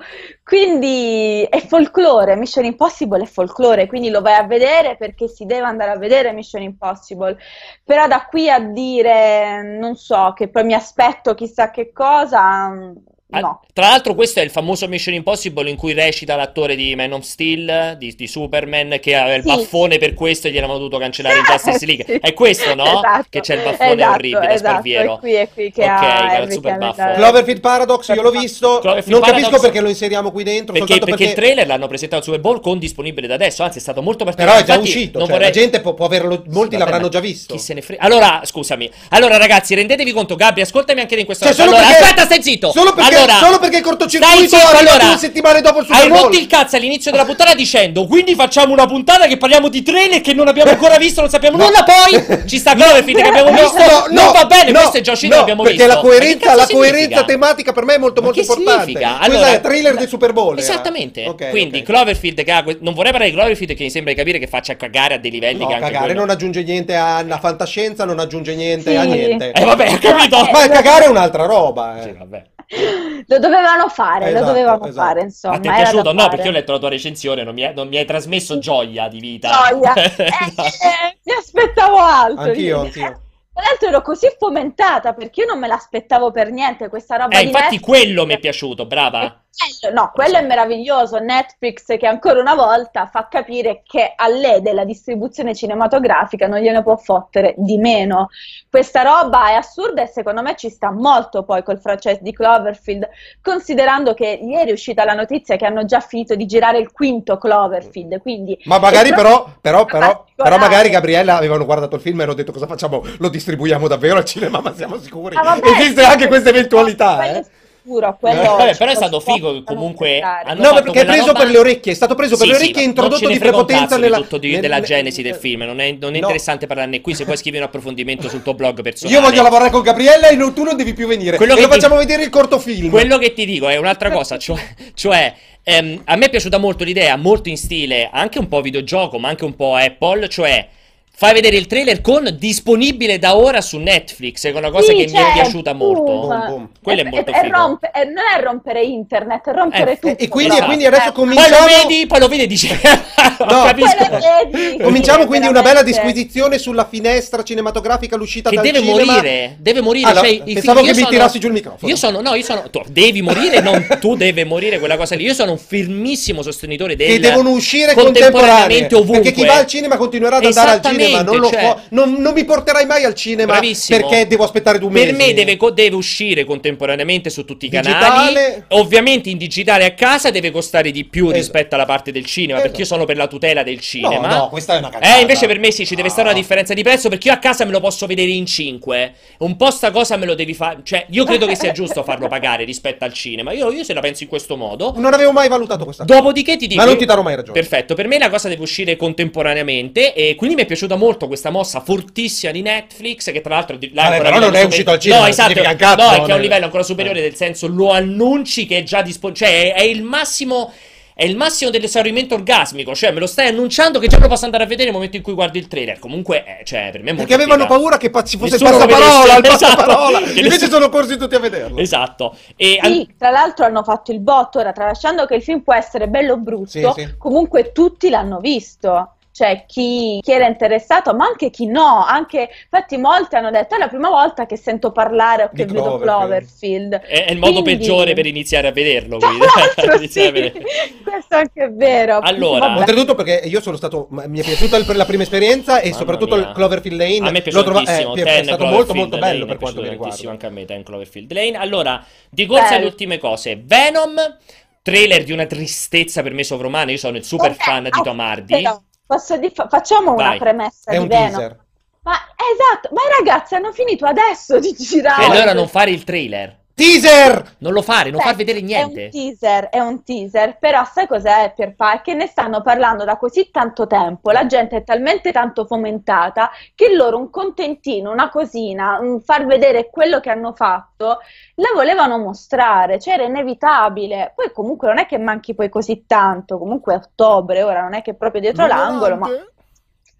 Quindi è folklore, Mission Impossible è folklore, quindi lo vai a vedere perché si deve andare a vedere Mission Impossible, però da qui a dire, non so, che poi mi aspetto chissà che cosa, no. Tra l'altro questo è il famoso Mission Impossible in cui recita l'attore di Man of Steel, di, di Superman, che aveva il Sì. baffone per questo e gli avevano dovuto cancellare il Justice League. Sì. È questo, no? Esatto, Che c'è il baffone esatto, orribile, esatto, Sparviero. è qui, è qui che Ok, ha che ha il Henry super Cavill. baffo. Cloverfield Paradox, io l'ho visto, Cloverfield non Paradox- capisco perché lo inseriamo qui dentro, Perché, soltanto perché il perché... trailer l'hanno presentato al Super Bowl con disponibile da adesso, anzi è stato molto Però particolare. è già Infatti, uscito, non cioè, vorrei- la gente può, può averlo, molti Sì, l'avranno vabbè, già ma visto. Chi se ne frega. Allora, scusami. Allora, ragazzi, rendetevi conto, Gabri, ascoltami anche in questa Cioè, solo allora, perché- aspetta, stai zitto. Solo perché, allora, solo perché il stai cortocircuito zitto, arriva allora. due settimane dopo il Super Hai Bowl. rotto il cazzo all'inizio della puntata dicendo quindi facciamo una puntata che parliamo di trailer che non abbiamo ancora visto, non sappiamo No. nulla, poi ci sta Cloverfield che abbiamo No, visto, no, non no, va bene, no, questo è già uscito, no, l'abbiamo perché visto. la coerenza, Ma che cazzo la significa? coerenza tematica per me è molto Ma molto che importante. significa? Questo Allora, è il trailer la- del Super Bowl. era. Esattamente. Ok, Quindi ok. Cloverfield che ha que- non vorrei parlare di Cloverfield che mi sembra di capire che faccia cagare a dei livelli No, che anche cagare quello- non aggiunge niente alla fantascienza, non aggiunge niente Sì. a niente. Eh vabbè, ho capito. Eh, Ma cagare è un'altra roba. eh. Sì, vabbè. Lo dovevano fare, Esatto, lo dovevano esatto. fare, insomma. Ma ti è era da piaciuto? No, fare. perché io ho letto la tua recensione, non mi, è- non mi hai trasmesso gioia di vita. Gioia. Eh, Esatto. eh, mi aspettavo altro. Anch'io, Io- anch'io. Tra l'altro ero così fomentata perché io non me l'aspettavo per niente questa roba Eh, di infatti Netflix. quello mi è piaciuto, brava. Quello- No, quello è meraviglioso. Netflix che ancora una volta fa capire che a lei della distribuzione cinematografica non gliene può fottere di meno. Questa roba è assurda e secondo me ci sta molto poi col franchise di Cloverfield, considerando che ieri è uscita la notizia che hanno già finito di girare il quinto Cloverfield, quindi Ma magari è però, proprio però, però, però particolare. magari Gabriella avevano guardato il film e hanno detto cosa facciamo? Lo distribuiamo davvero al cinema, ma siamo sicuri? Ah, vabbè, Esiste anche questa eventualità, quello eh? è sicuro, quello Vabbè, ci però è posso- stato figo che non comunque pensare. hanno No, fatto perché è quella preso roba- per le orecchie, è stato preso per Sì, le sì, orecchie e ma introdotto non di ce ne frega un prepotenza cazzo nella... di tutto di- nel- della nel- genesi del film, non è, non è No. interessante parlarne qui, se poi scrivi un approfondimento sul tuo blog personale. Io voglio lavorare con Gabriella e non- tu non devi più venire. Quello e che lo ti- facciamo vedere il cortofilm. Quello che ti dico è un'altra cosa, cioè, cioè ehm, a me è piaciuta molto l'idea, molto in stile, anche un po' videogioco, ma anche un po' Apple, cioè fai vedere il trailer con disponibile da ora su Netflix, è una cosa Sì, che mi cioè, è piaciuta molto. boom. Boom, boom. Quello è E- molto e- e figo. rompe- e non è rompere internet, è rompere Eh, tutto. e quindi- però. e quindi adesso Eh, Poi cominciamo- lo vedi, poi lo vedi e dici No, capisco. poi lo vedi, Cominciamo sì, quindi una bella veramente. disquisizione sulla finestra cinematografica, l'uscita Che dal deve cinema. morire, deve morire. Ah, no, cioè, i pensavo film- che io mi sono- tirassi giù il microfono. Io sono, no, io sono, tu devi morire, non tu devi morire, quella cosa lì. Io sono un firmissimo sostenitore del Che devono uscire contemporaneamente contemporaneamente ovunque. perché chi va al cinema continuerà ad andare al cinema, non, lo cioè- può- non, non mi porterai mai al cinema Bravissimo. perché devo aspettare due mesi. Per me deve, co- deve uscire contemporaneamente su tutti i Digitale. canali. Ovviamente in digitale a casa deve costare di più Esatto. rispetto alla parte del cinema. Esatto. Perché io sono per la tutela del cinema. No, no, questa è una cagata. Eh, invece per me sì, ci deve stare una No. differenza di prezzo. Perché io a casa me lo posso vedere in cinque. Un po' sta cosa me lo devi fare. Cioè, io credo che sia giusto farlo pagare rispetto al cinema. Io, io se la penso in questo modo. Non avevo mai valutato questa cosa. Dopodiché ti dico. Ma non ti darò mai ragione. Perfetto, per me la cosa deve uscire contemporaneamente. E quindi mi è piaciuta molto questa mossa fortissima di Netflix. Che tra l'altro. là Vabbè, ancora però a non livello è super- uscito al cinema, No, non esatto. significa un cazzo, No, è che è un nel- livello ancora superiore. Eh. Nel senso, lo annunci che è già disponibile. Cioè, è, è il massimo. È il massimo dell'esaurimento orgasmico. Cioè, me lo stai annunciando che già me lo posso andare a vedere nel momento in cui guardi il trailer. Comunque, eh, cioè, per me è molto Perché avevano figa. paura che pa- ci fosse il Nessuno lo passaparola, il vedesse, passaparola. esatto. Che Invece nessuno- sono corsi tutti a vederlo. Esatto. E an- Sì, tra l'altro hanno fatto il botto, ora tralasciando che il film può essere bello o brutto, Sì, sì. comunque tutti l'hanno visto. Cioè chi, chi era interessato, ma anche chi no, anche, infatti molti hanno detto è la prima volta che sento parlare o Di che vedo Cloverfield." Cloverfield. è, è il modo Quindi- peggiore per iniziare a vederlo. Tra Quindi. l'altro, Iniziare a sì, vedere. questo anche è vero. Allora, Vabbè. Oltretutto perché io sono stato, ma- mi è piaciuta il- la prima esperienza e Mamma soprattutto mia. il Cloverfield Lane. A me è l'ho piaciuto trova- tantissimo. è, è Ten stato molto Cloverfield molto Lane, bello mi per è quanto mi piaciuto tantissimo riguarda. anche a me, Ten Cloverfield Lane. Allora, di corsa Bello. alle ultime cose. Venom, trailer di una tristezza per me sovrumana. Io sono il super Eh, fan di ah, Tom Hardy. però, posso di- fa- facciamo Vai. una premessa È di un Venom. teaser. Ma esatto, ma i ragazzi hanno finito adesso di girare. E allora non fare il trailer. Teaser! Non lo fare, non Cioè, far vedere È niente. un teaser, è un teaser, però sai cos'è, Pierpa? È che ne stanno parlando da così tanto tempo, la gente è talmente tanto fomentata che loro un contentino, una cosina, un far vedere quello che hanno fatto, la volevano mostrare, cioè era inevitabile. Poi comunque non è che manchi poi così tanto, comunque è ottobre, ora non è che è proprio dietro l'angolo, ma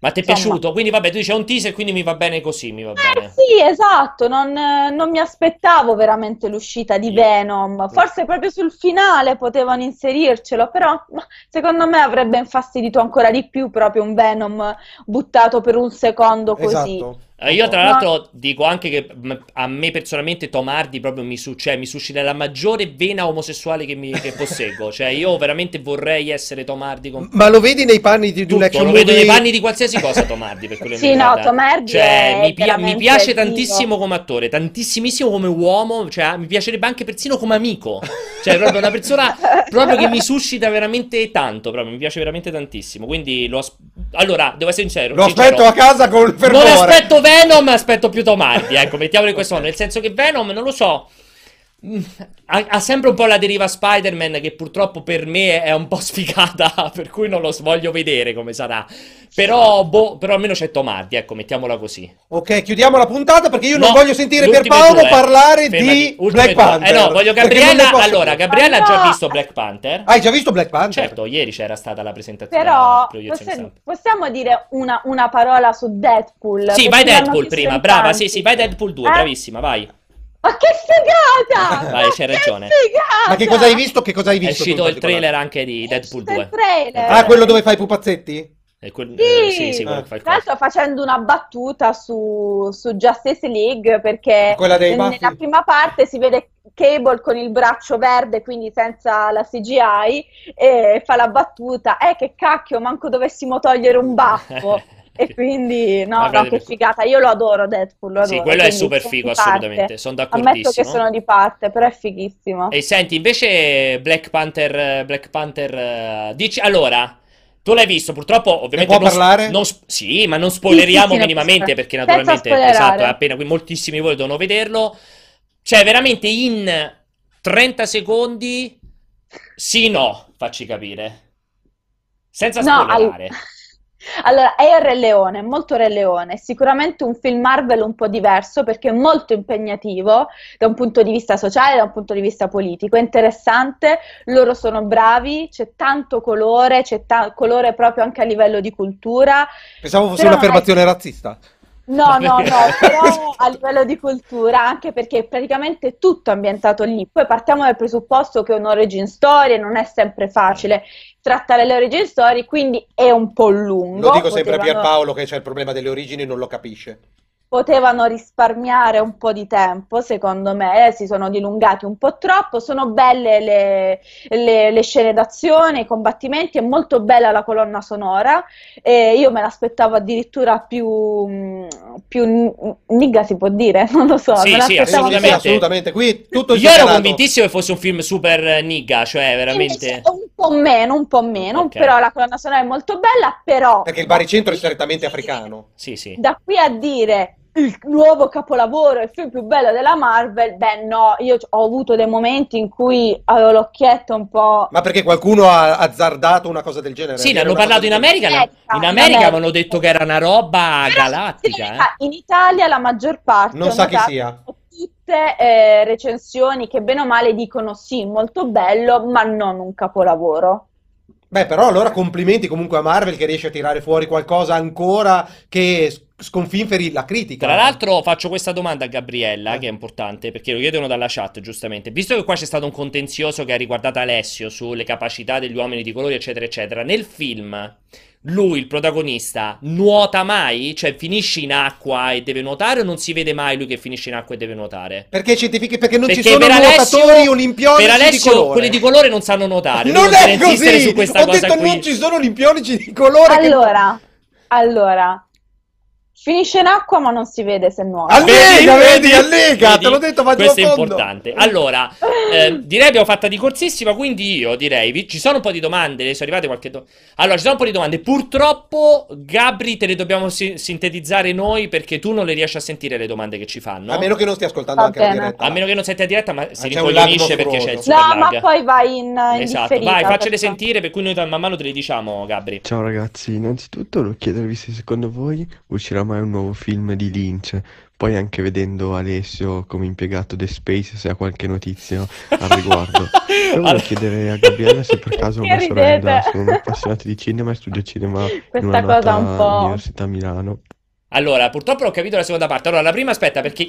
Ma ti è Insomma. piaciuto? Quindi vabbè, tu dici è un teaser, quindi mi va bene così, mi va Eh bene. sì, esatto, non, non mi aspettavo veramente l'uscita di Venom, forse proprio sul finale potevano inserircelo, però ma, secondo me avrebbe infastidito ancora di più proprio un Venom buttato per un secondo così. Esatto. Eh, Io tra No. l'altro dico anche che mh, a me personalmente Tom Hardy proprio mi, su- cioè, mi suscita la maggiore vena omosessuale che, mi, che posseggo. Cioè io veramente vorrei essere Tom Hardy con Ma lo vedi nei panni di, di un tutto, action lo vedo movie? nei panni di qualsiasi cosa Tom Hardy per quello che Sì, mi no, riguarda. Tom Hardy Cioè è mi, pia- mi veramente piace Dio. tantissimo come attore, tantissimissimo come uomo, cioè mi piacerebbe anche persino come amico. Cioè proprio una persona proprio che mi suscita veramente tanto, proprio mi piace veramente tantissimo. Quindi lo as- allora, devo essere sincero, Lo sincero. aspetto a casa con il fervore. Non aspetto Venom, aspetto più Tom Hardy, ecco, mettiamolo in questo modo, nel senso che Venom, non lo so, mh, ha, ha sempre un po' la deriva Spider-Man che purtroppo per me è un po' sfigata, per cui non lo voglio vedere come sarà. Però, boh, però almeno c'è Tom Hardy, ecco, mettiamola così. Ok, chiudiamo la puntata perché io No, non voglio sentire le ultime Pierpaolo due, parlare fermati, di ultime Black due. Panther. Eh no, voglio perché non Gabriella, ne posso allora, più. Gabriella ha Ma già no. visto Black Panther. Hai già visto Black Panther? Certo, ieri c'era stata la presentazione, la Però proiezione possi- stampa. possiamo dire una, una parola su Deadpool? Sì, perché vai l'hanno Deadpool visto prima, in brava, tanti. sì, sì, vai Deadpool due, Eh? bravissima, vai. Ma che figata! Vai, Ma c'hai che ragione. figata! Ma che cosa hai visto? Che cosa hai È visto? tu in uscito il particolare? trailer anche di È Deadpool uscito il due. trailer. Ah, quello dove fai i pupazzetti? È quel- Sì, eh, sì, sì, quello che fa il tra l'altro facendo una battuta su, su Justice League perché Quella dei nella baffi? prima parte si vede Cable con il braccio verde, quindi senza la C G I, e fa la battuta, eh che cacchio, manco dovessimo togliere un baffo. E quindi, no, Vabbè, no, che per- figata, io lo adoro Deadpool, lo Sì, adoro, quello è quindi super sono figo, di parte. assolutamente, sono Ammetto che d'accordissimo. sono di parte, però è fighissimo. E senti, invece Black Panther, Black Panther, eh, dici, allora, tu l'hai visto, purtroppo ovviamente può non, s- parlare? non s- sì, ma non spoileriamo Sì, sì, sì, minimamente non- perché senza naturalmente, spoilerare. esatto, è appena qui moltissimi di voi devono vederlo. Cioè, veramente in trenta secondi, sì, no, facci capire. Senza No, al- spoilerare. allora è il Re Leone, molto Re Leone, sicuramente un film Marvel un po' diverso perché è molto impegnativo da un punto di vista sociale, da un punto di vista politico, è interessante, loro sono bravi, c'è tanto colore, c'è ta- colore proprio anche a livello di cultura. Pensavo fosse Però non è- un'affermazione razzista. No, no, no, però a livello di cultura, anche perché è praticamente tutto ambientato lì. Poi partiamo dal presupposto che è un'origin story e non è sempre facile trattare le origin story, quindi è un po' lungo. Lo dico sempre a Potevano- Pierpaolo che c'è il problema delle origini e non lo capisce. Potevano risparmiare un po' di tempo, secondo me, eh, si sono dilungati un po' troppo. Sono belle le, le- le scene d'azione, i combattimenti, è molto bella la colonna sonora. E io me l'aspettavo addirittura più, mh, più nigga, si può dire? Non lo so. Sì, me sì, l'aspettavo Sì, assolutamente. sì, assolutamente. Qui tutto Io ero esagerato. convintissimo che fosse un film super nigga, cioè Invece veramente... un po' meno, un po' meno, Ok. però la colonna sonora è molto bella, però Perché il baricentro è strettamente africano. Sì, sì. da qui a dire il nuovo capolavoro, il film più bello della Marvel, beh no, io ho avuto dei momenti in cui avevo l'occhietto un po'... Ma perché qualcuno ha azzardato una cosa del genere? Sì, ne Dire hanno una parlato cosa in del America, In no? America, In in America America. avevano detto che era una roba Però, galattica, in eh. Ita- in Italia la maggior parte Non ho sa chi notato, sia. sono tutte eh, recensioni che bene o male dicono sì, molto bello, ma non un capolavoro. Beh, però allora complimenti comunque a Marvel che riesce a tirare fuori qualcosa ancora che s- sconfinferi la critica. Tra l'altro faccio questa domanda a Gabriella, Eh. che è importante, perché lo chiedono dalla chat, giustamente. Visto che qua c'è stato un contenzioso che ha riguardato Alessio sulle capacità degli uomini di colore, eccetera, eccetera, nel film lui, il protagonista, nuota mai? Cioè finisce in acqua e deve nuotare o non si vede mai lui che finisce in acqua e deve nuotare? Perché scientifiche? Perché non Perché ci sono per nuotatori Alessio, olimpionici per Alessio di colore. quelli di colore non sanno nuotare. Lui Non vuole è insistere così! su questa Ho cosa detto qui. non ci sono olimpionici di colore che- Allora, allora, finisce in acqua ma non si vede se nuota. Allega, vedi, allega, te l'ho detto, faccio questo a è fondo. importante. Allora, eh, direi abbiamo fatta di corsissima, quindi io direi, vi- ci sono un po' di domande, ne sono arrivate qualche do- Allora, ci sono un po' di domande, purtroppo Gabri te le dobbiamo si- sintetizzare noi perché tu non le riesci a sentire le domande che ci fanno. A meno che non stia ascoltando Va anche la bene. diretta. A meno che non senti a diretta, ma si c'è un lag rincoglionisce perché c'è il mostruoso. super No, lag. ma poi vai in, in Esatto, differita, vai, faccele perciò. sentire per cui noi man mano te le diciamo, Gabri. Ciao ragazzi, innanzitutto volevo chiedervi se secondo voi uscirà uscirà mai un nuovo film di Lynch. Poi anche vedendo Alessio come impiegato The Space, se ha qualche notizia al riguardo. Poi volevo Allora- chiedere a Gabriella se per caso ha Che una sorella. ridete? Sono un appassionato di cinema e studio cinema in Questa una cosa nota un po'. università a Milano. Allora, purtroppo non ho capito la seconda parte. Allora, la prima aspetta, perché...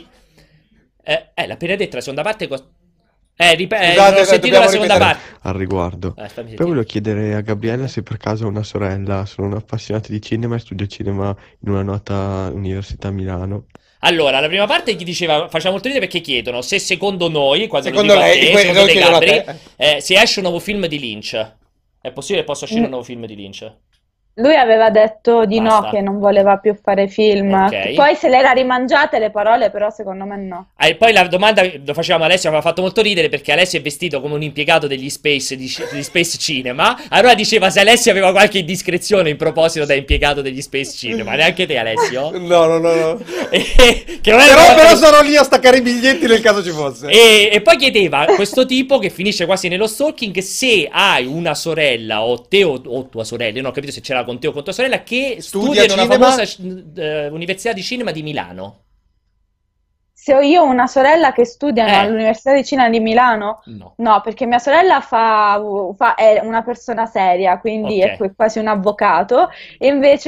Eh, eh l'ha appena detta la seconda parte... cos- Eh, rip- eh, non ho Scusate, sentito la dobbiamo seconda ripetere. parte. Al riguardo. Eh, fammi Poi sentire. volevo chiedere a Gabriella se per caso ha una sorella. Sono un appassionato di cinema e studio cinema in una nota università a Milano. Allora, la prima parte gli diceva, faceva molto ridere perché chiedono se secondo noi, quando lo Secondo dico a lei, te, que- secondo lo te chiedono a Gabri, te. eh, se esce un nuovo film di Lynch. È possibile che possa uscire Mm. un nuovo film di Lynch? Lui aveva detto di Basta. no, che non voleva più fare film. Ok. Poi se le era rimangiate le parole, però secondo me no. Ah, e poi la domanda lo facevamo a Alessio, aveva fatto molto ridere perché Alessio è vestito come un impiegato degli Space, di, di Space Cinema. Allora diceva se Alessio aveva qualche indiscrezione in proposito da impiegato degli Space Cinema. Neanche te, Alessio? No, no, no, no. E- che non è Però, una però cosa- sono lì a staccare i biglietti nel caso ci fosse. E, e poi chiedeva a questo tipo che finisce quasi nello stalking se hai una sorella o te o, o tua sorella, io non ho capito se c'era con te o con tua sorella, che studia, Studia in una cinema? famosa eh, università di cinema di Milano. Se ho io una sorella che studia Eh. all'Università di Cinema di Milano, No. no, perché mia sorella fa, fa- è una persona seria, quindi Ok. è que- quasi un avvocato, e invece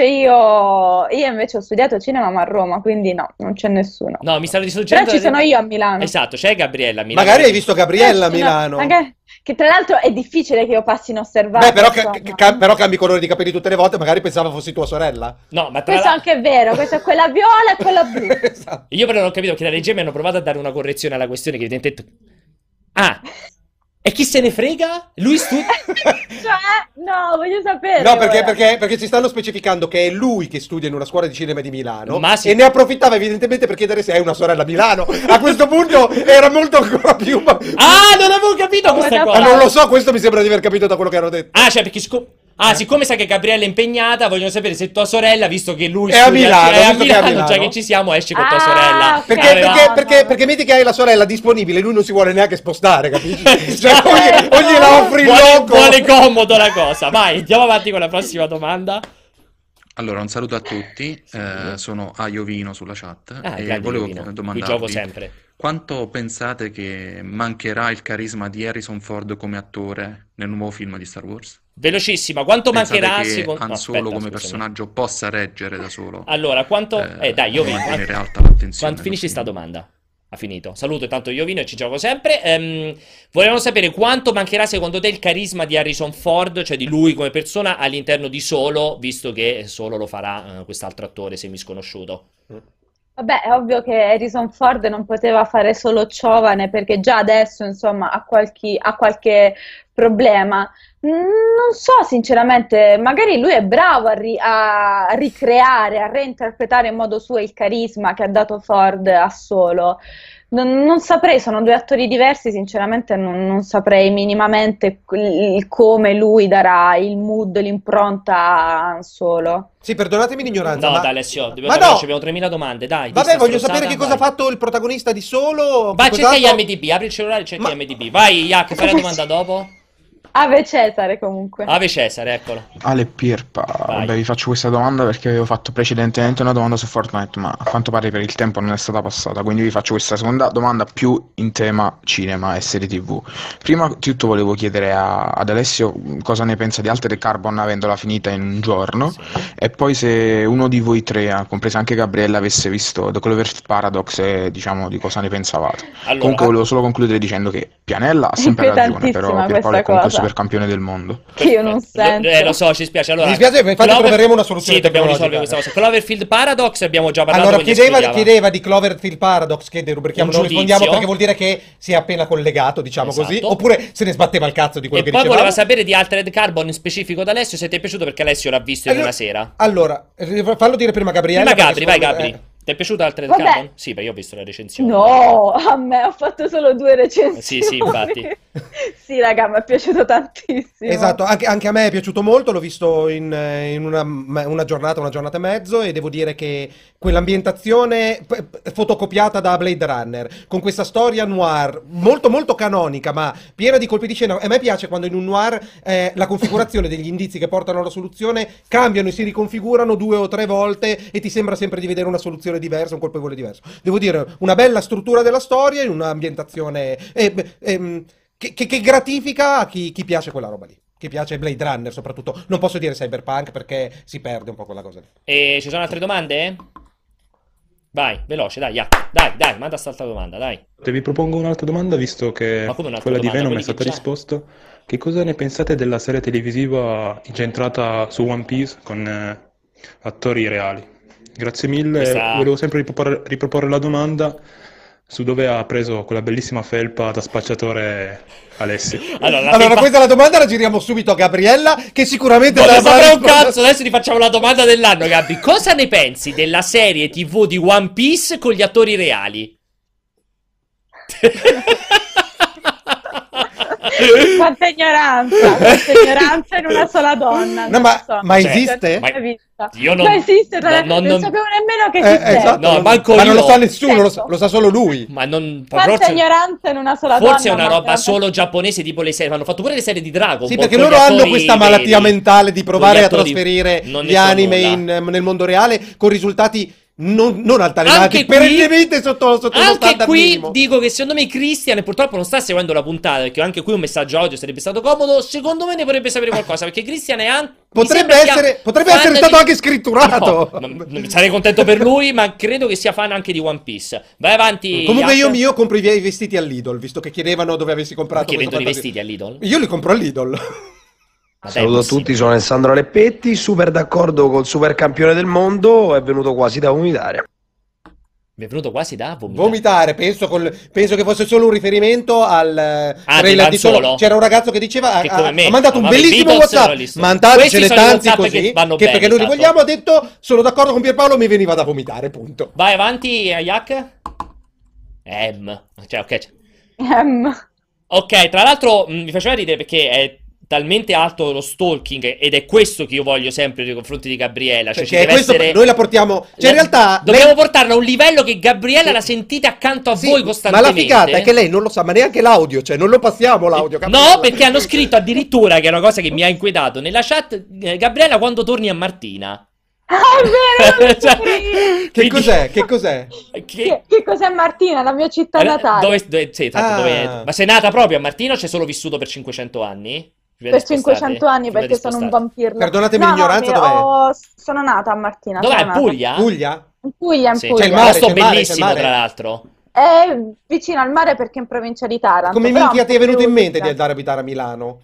io, io invece ho studiato cinema ma a Roma, quindi no, non c'è nessuno. No, mi stavo Però distruggendo. ci sono io a Milano. Esatto, c'è Gabriella a Milano. Magari hai visto Gabriella a Eh, no, Milano. magari- che tra l'altro è difficile che io passi inosservato. Beh, però, ca- insomma. ca- però cambi colore di capelli tutte le volte, magari pensava fossi tua sorella. No, ma tra Questo la- anche è vero, questa è quella viola e quella blu. Esatto. Io però non ho capito che la regia mi hanno provato a dare una correzione alla questione che evidentemente... Ah, e chi se ne frega? Lui studia... Cioè, no, voglio sapere. No, perché, ora. perché, perché ci stanno specificando che è lui che studia in una scuola di cinema di Milano Ma sì. e ne approfittava evidentemente per chiedere se hai una sorella a Milano. A questo punto era molto ancora più... Ah, non avevo capito questa Ah, cosa. Ah, non lo so, questo mi sembra di aver capito da quello che hanno detto. Ah, cioè perché sic- ah, siccome sa che Gabriella è impegnata, vogliono sapere se tua sorella, visto che lui È a studia- Milano, è a visto che è a Milano, già Milano. che ci siamo, esci con tua Ah, sorella. ok. Perché, Aveva- perché, no, perché, no. perché metti che hai la sorella disponibile, lui non si vuole neanche spostare, capisci? Cioè, Esatto. o, gli- o gliela offri il vuole, loco. vuole comodo la cosa. Vai, andiamo avanti con la prossima domanda. Allora, un saluto a tutti, eh, sono Aiovino sulla chat Ah, e grande volevo Iovino, qui domandarvi gioco sempre. quanto pensate che mancherà il carisma di Harrison Ford come attore nel nuovo film di Star Wars? Velocissima, quanto Pensate mancherà che secondo... Han no, Solo aspetta, come scusami. personaggio possa reggere da solo? Allora, quanto... Eh, dai, io vengo. mantenere alta l'attenzione. Quando finisci sta domanda? Ha finito. Saluto intanto Iovino e ci gioco sempre. Ehm, volevamo sapere quanto mancherà secondo te il carisma di Harrison Ford, cioè di lui come persona all'interno di Solo, visto che Solo lo farà eh, quest'altro attore semisconosciuto. Vabbè, è ovvio che Harrison Ford non poteva fare solo giovane perché già adesso, insomma, ha qualche, ha qualche problema. Mm, Non so, sinceramente, magari lui è bravo a, ri- a ricreare, a reinterpretare in modo suo il carisma che ha dato Ford a Solo. Non, non saprei, sono due attori diversi, sinceramente non, non saprei minimamente il- il come lui darà il mood, l'impronta a Han Solo. Sì, perdonatemi l'ignoranza, No, ma... dai Alessio, dobbiamo Ma sapere, no! abbiamo tremila domande, dai. Vabbè, vista voglio strozzata, sapere che cosa ha vai. fatto il protagonista di Solo. Vai, cerca cos'altro- IMDb, apri il cellulare e cerca Ma- IMDb. Vai, Iac, fai la domanda dopo. Ave Cesare comunque. Ave Cesare, eccolo. Ale Pirpa, Vai. vabbè, vi faccio questa domanda perché avevo fatto precedentemente una domanda su Fortnite, ma a quanto pare per il tempo non è stata passata, quindi vi faccio questa seconda domanda più in tema cinema e serie tivù. Prima di tutto volevo chiedere a- ad Alessio cosa ne pensa di Altered Carbon avendola finita in un giorno, Sì. e poi se uno di voi tre, compresa anche Gabriella, avesse visto The Cloverfield Paradox e diciamo di cosa ne pensavate. Allora, Comunque volevo solo concludere dicendo che Pianella ha sempre ragione, però Inquietantissima Pierpaolo è questa comunque il cosa. supercampione del mondo. Che io non sento. Eh, lo so, ci spiace. Allora, Mi dispiace, infatti Clover- troveremo una soluzione Sì, dobbiamo risolvere tecnologica. questa cosa. Cloverfield Paradox abbiamo già parlato Allora, con gli chiedeva, spiegava. chiedeva di Cloverfield Paradox, che derubrichiamo, Un non rispondiamo giudizio. perché vuol dire che si è appena collegato, diciamo Esatto. così, oppure se ne sbatteva il cazzo di quello E che poi dicevamo. voleva sapere di Altered Carbon in specifico da Alessio, se ti è piaciuto perché Alessio l'ha visto in Allora- una sera. Allora, eh, fallo dire prima Gabriella. Prima perché Gabri, vai secondo me- Gabri. Ti è piaciuta Altered Vabbè. Carbon? Sì, perché io ho visto la recensione. No, a me ho fatto solo due recensioni. Sì, sì, infatti. Sì, raga, mi è piaciuto tantissimo. Esatto, anche, anche a me è piaciuto molto, l'ho visto in, eh, in una, una giornata, una giornata e mezzo, e devo dire che quell'ambientazione p- p- fotocopiata da Blade Runner, con questa storia noir, molto molto canonica, ma piena di colpi di scena. A me piace quando in un noir eh, la configurazione degli indizi che portano alla soluzione cambiano e si riconfigurano due o tre volte e ti sembra sempre di vedere una soluzione diversa, un colpevole diverso. Devo dire, una bella struttura della storia in un'ambientazione eh, ehm, che, che, che gratifica a chi, chi piace quella roba lì. Chi piace Blade Runner soprattutto. Non posso dire Cyberpunk perché si perde un po' quella cosa lì. E ci sono altre domande? Vai, veloce, dai, ya. Dai, dai, manda quest'altra domanda, dai. Te vi propongo un'altra domanda, visto che Ma come un'altra quella di domanda? Venom è Quelli stata che già- risposta. Che cosa ne pensate della serie televisiva incentrata su One Piece con eh, attori reali? Grazie mille. Questa- Volevo sempre riproporre, riproporre la domanda su dove ha preso quella bellissima felpa da spacciatore Alessio. Allora, la Allora, felpa- questa è la domanda, la giriamo subito a Gabriella, che sicuramente Voglio saprà sapere un rispondere. cazzo, adesso ti facciamo la domanda dell'anno, Gabri. Cosa ne pensi della serie tivù di One Piece con gli attori reali? Quanta ignoranza, quanta ignoranza in una sola donna. No, non ma, so. ma Cioè, esiste? ma- Mai vista. Io non- Ma esiste, tra no, l'altro, non- non, non- sapevo nemmeno che Eh, esistesse. esatto, No, non- manco ma non io. lo sa nessuno, lo sa, Certo. lo sa solo lui. Ma non... Quanta forse, ignoranza in una sola donna. forse è una ma roba veramente- solo giapponese, tipo le serie. Hanno fatto pure le serie di Dragon Sì, Ball perché con loro gli hanno attori questa malattia veri. mentale di provare Con gli a attori trasferire non ne gli so anime nulla. in- nel mondo reale con risultati non, non altalenanti, Anche qui- perennemente sotto, sotto uno Anche standard qui minimo. dico che secondo me Christian, e purtroppo non sta seguendo la puntata, perché anche qui un messaggio audio sarebbe stato comodo. Secondo me ne potrebbe sapere qualcosa, perché Christian è anche... Potrebbe essere, potrebbe essere stato anche scritturato. No, non- non- sarei contento per lui, ma credo che sia fan anche di One Piece. Vai avanti. Comunque io, Jack. io compro i miei vestiti all'Idol, visto che chiedevano dove avessi comprato Perché questo vendono i fantasia- vestiti all'Idol? Io li compro all'Idol. Ma dai, Saluto a possibile. tutti, sono Alessandro Leppetti, super d'accordo col super campione del mondo, è venuto quasi da vomitare. Mi è venuto quasi da vomitare. Vomitare, penso, col- penso che fosse solo un riferimento al eh, Ah, trailer di Han di Solo. Solo? C'era un ragazzo che diceva, Che ha, come ha- me, ha mandato un amava i bellissimo Beatles, WhatsApp, non li sto- mandatecene Questi sono i tanti WhatsApp così, che vanno che bene, perché noi li esatto. vogliamo, ha detto, sono d'accordo con Pierpaolo, mi veniva da vomitare, punto. Vai avanti, Jack. Em. Cioè, ok. Ehm, Ok, tra l'altro mh, mi faceva ridere perché è talmente alto lo stalking, ed è questo che io voglio sempre nei confronti di Gabriella. Cioè, ci Perché deve questo, essere... noi la portiamo, cioè in La- realtà... Dobbiamo lei- portarla a un livello che Gabriella Sì. la sentite accanto a Sì, voi ma costantemente. la figata è che lei non lo sa, ma neanche l'audio, cioè non lo passiamo l'audio. Gabriella. No, perché hanno scritto addirittura, che è una cosa che mi ha inquietato, nella chat, eh, Gabriella, quando torni a Martina. Ah, è vero, Cioè, pure io. Che quindi- cos'è? Che cos'è? Che... Che, che cos'è Martina, la mia città Eh, natale? Dove, dove, sì, esatto, Ah. dove- ma sei nata proprio a Martina o ci hai solo vissuto per cinquecento anni? Prima Per di spostarti? cinquecento anni, Prima di perché sono un spostarti. vampiro. Perdonatemi No, no, l'ignoranza, che dov'è? ho- Sono nata a Martina. Dov'è? sono nata. Puglia? Puglia? In Puglia, in Sì, Puglia. C'è il mare, posto c'è il mare, c'è il bellissimo, mare. tra l'altro. È vicino al mare perché è in provincia di Taranto. Come però minchia un ti è po' venuto più in mente di distante. andare a abitare a Milano?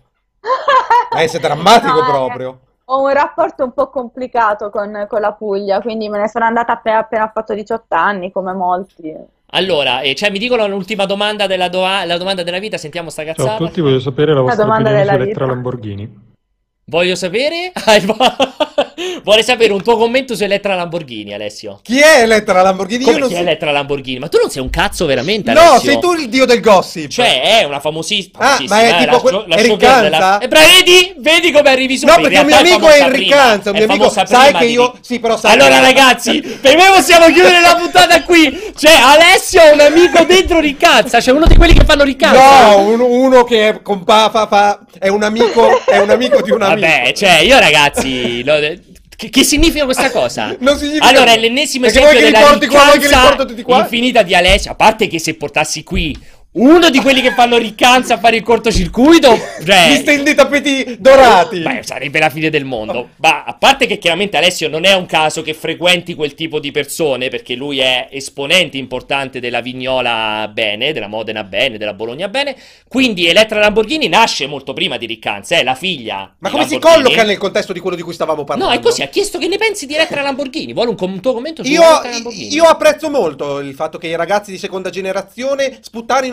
Eh, sei drammatico No, eh, proprio. Ho un rapporto un po' complicato con, con la Puglia, quindi me ne sono andata appena, appena ho fatto diciotto anni, come molti. Allora, eh, cioè, mi dicono l'ultima domanda della, doa- la domanda della vita, sentiamo sta Ciao cazzata. a tutti, voglio sapere la vostra domanda opinione su della Elettra vita. Lamborghini. Voglio sapere... Ah, vo- Vuole sapere un tuo commento su Elettra Lamborghini, Alessio. Chi è Elettra Lamborghini? Come Io non chi è so- Elettra Lamborghini? Ma tu non sei un cazzo veramente, No, Alessio? sei tu il dio del gossip. Cioè, è una famosissima... Ah, famosissima, ma è eh, tipo la, que- show- la Eric showgirl Canza? della... E bra- vedi? Vedi come arrivi su? No, In perché un mio realtà è amico è famosa Enric prima, Canza, un è mio amico, famosa sai prima che di- io... Sì, però sai Allora che- ragazzi, per me possiamo chiudere la puntata qui. Cioè, Alessio è un amico dentro Riccanza. C'è uno di quelli che fanno Riccanza. No, uno, uno che è, compa, fa, fa, è un amico, è un amico di un amico. Vabbè, cioè, io ragazzi... lo- Che, che significa questa cosa? Non significa Allora, è nulla. l'ennesimo Perché esempio vuoi che li della porti qua, vuoi che li riccanza porto tutti qua? infinita di Alessio. A parte che se portassi qui uno di quelli che fanno riccanza a fare il cortocircuito, cioè... Mi stendi i tappeti dorati. Beh, sarebbe la fine del mondo. Ma a parte che chiaramente Alessio non è un caso che frequenti quel tipo di persone, perché lui è esponente importante della Vignola bene, della Modena bene, della Bologna bene. Quindi Elettra Lamborghini nasce molto prima di Riccanza, è la figlia. Ma di come si Lamborghini. colloca nel contesto di quello di cui stavamo parlando? No, è così, ha chiesto che ne pensi di Elettra Lamborghini. Vuole un, com- un tuo commento su Io, Elettra Lamborghini? io apprezzo molto il fatto che i ragazzi di seconda generazione sputtanino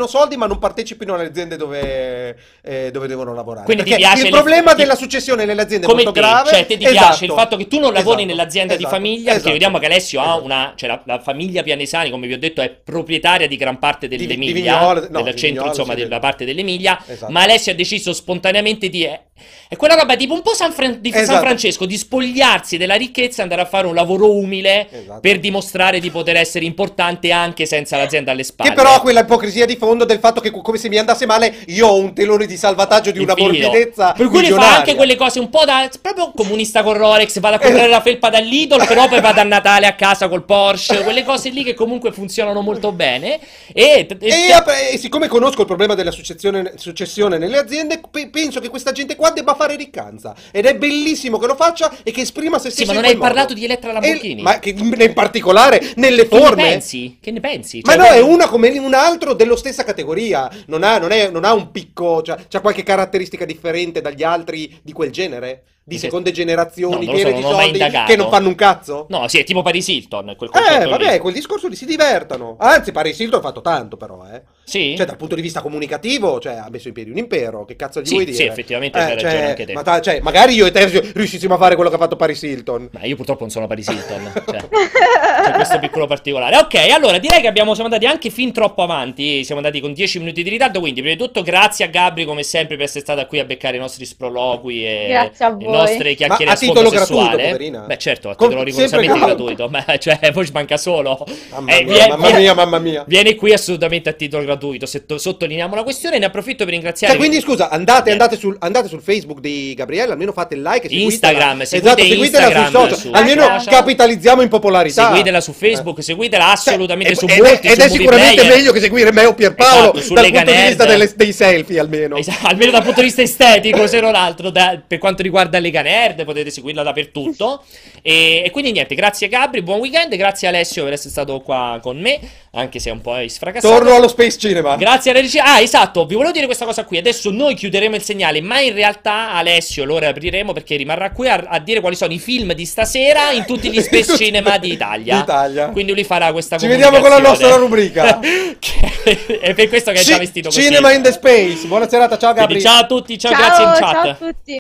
soldi ma non partecipino alle aziende dove, eh, dove devono lavorare. Quindi ti Perché piace il le- problema ti- della successione nelle aziende è come molto te, grave. cioè te ti Esatto. piace il fatto che tu non lavori Esatto. nell'azienda Esatto. di famiglia, perché Esatto. vediamo che Alessio ha Esatto. una, cioè la, la famiglia Pianesani, come vi ho detto, è proprietaria di gran parte Di- di dell'Emilia, Vignolo- no, del di centro, Vignolo, insomma, sì, della vero. parte dell'Emilia, Esatto. ma Alessio ha deciso spontaneamente di... È, è quella roba tipo un po' San, Fran- di San Esatto. Francesco, di spogliarsi della ricchezza e andare a fare un lavoro umile Esatto. per dimostrare di poter essere importante anche senza l'azienda alle spalle. Che però ha quella ipocrisia di fondo del fatto che come se mi andasse male io ho un telone di salvataggio di una Infinito. morbidezza Per cui ne fa milionaria. anche quelle cose un po' da proprio comunista con Rolex, vado a comprare la felpa dall'Idol, però poi vado a Natale a casa col Porsche, quelle cose lì che comunque funzionano molto bene. E, e- E, app- e siccome conosco il problema della successione, successione nelle aziende, pe- penso che questa gente qua debba fare riccanza. Ed è bellissimo che lo faccia e che esprima se sì, stesso ma non in hai quel modo. parlato di Elettra Lamborghini. E- ma che, in particolare nelle Che ne forme. pensi? Che ne pensi? Ma Cioè, no, è proprio- una come un altro dello stessa categoria. Non ha, non è- non ha un picco, cioè, c'ha qualche caratteristica differente dagli altri di quel genere? Di Che- seconde No, generazioni, non lo so, piene di non ho mai soldi, indagato. che non fanno un cazzo? No, sì, è tipo Paris Hilton, quel Eh, concetto vabbè, lì. quel discorso lì si divertano. Anzi, Paris Hilton ha fatto tanto, però, eh. Sì? Cioè, dal punto di vista comunicativo, cioè, ha messo in piedi un impero. Che cazzo gli Sì, vuoi dire? sì, effettivamente c'hai cioè, ragione anche te. Ma ta- cioè, magari io e te riuscissimo a fare quello che ha fatto Paris Hilton. Ma io purtroppo non sono Paris Hilton, cioè, c'è questo piccolo particolare. Ok, allora direi che abbiamo, siamo andati anche fin troppo avanti, siamo andati con dieci minuti di ritardo, quindi prima di tutto grazie a Gabri come sempre per essere stata qui a beccare i nostri sproloqui e Grazie a le voi. nostre chiacchiere Ma a a sfondo titolo gratuito, sessuale. poverina. Beh certo, a Con- titolo sempre rigorosamente gratuito. gratuito, ma cioè poi ci manca solo. Mamma Eh, mia, vie- mamma vie- mia, mamma mia. Viene qui assolutamente a titolo gratuito, Sotto- sottolineiamo la questione e ne approfitto per ringraziare... Cioè, quindi scusa, andate, Eh. andate, sul, andate sul Facebook di Gabriella, almeno fate il like e seguitela. Instagram, seguite esatto, seguitela Instagram sui social, su- almeno social. capitalizziamo in popolarità. Seguitela su Facebook, seguitela assolutamente Cioè, su ed, molti, ed su è Movie sicuramente Player. meglio che seguire me o Pierpaolo Esatto, su dal Lega punto di vista Nerd. delle- dei selfie almeno. Esatto, almeno dal punto di vista estetico, se non altro, da- per quanto riguarda Lega Nerd, potete seguirla dappertutto. E, e quindi niente, grazie Gabri, buon weekend, grazie Alessio per essere stato qua con me, anche se è un po' sfracassato. Torno allo Space Cinema. Grazie alla regia. Ah, esatto, vi volevo dire questa cosa qui. Adesso noi chiuderemo il segnale, ma in realtà Alessio lo riapriremo perché rimarrà qui a, a dire quali sono i film di stasera in tutti gli Space Cinema d'Italia. D'Italia. Quindi lui farà questa Ci vediamo con la nostra comunicazione. rubrica. Che- È per questo che è già Ci- vestito così. Cinema in the Space. Buona serata, ciao Quindi Gabri. ciao a tutti, ciao, Ciao, grazie in ciao chat. a tutti.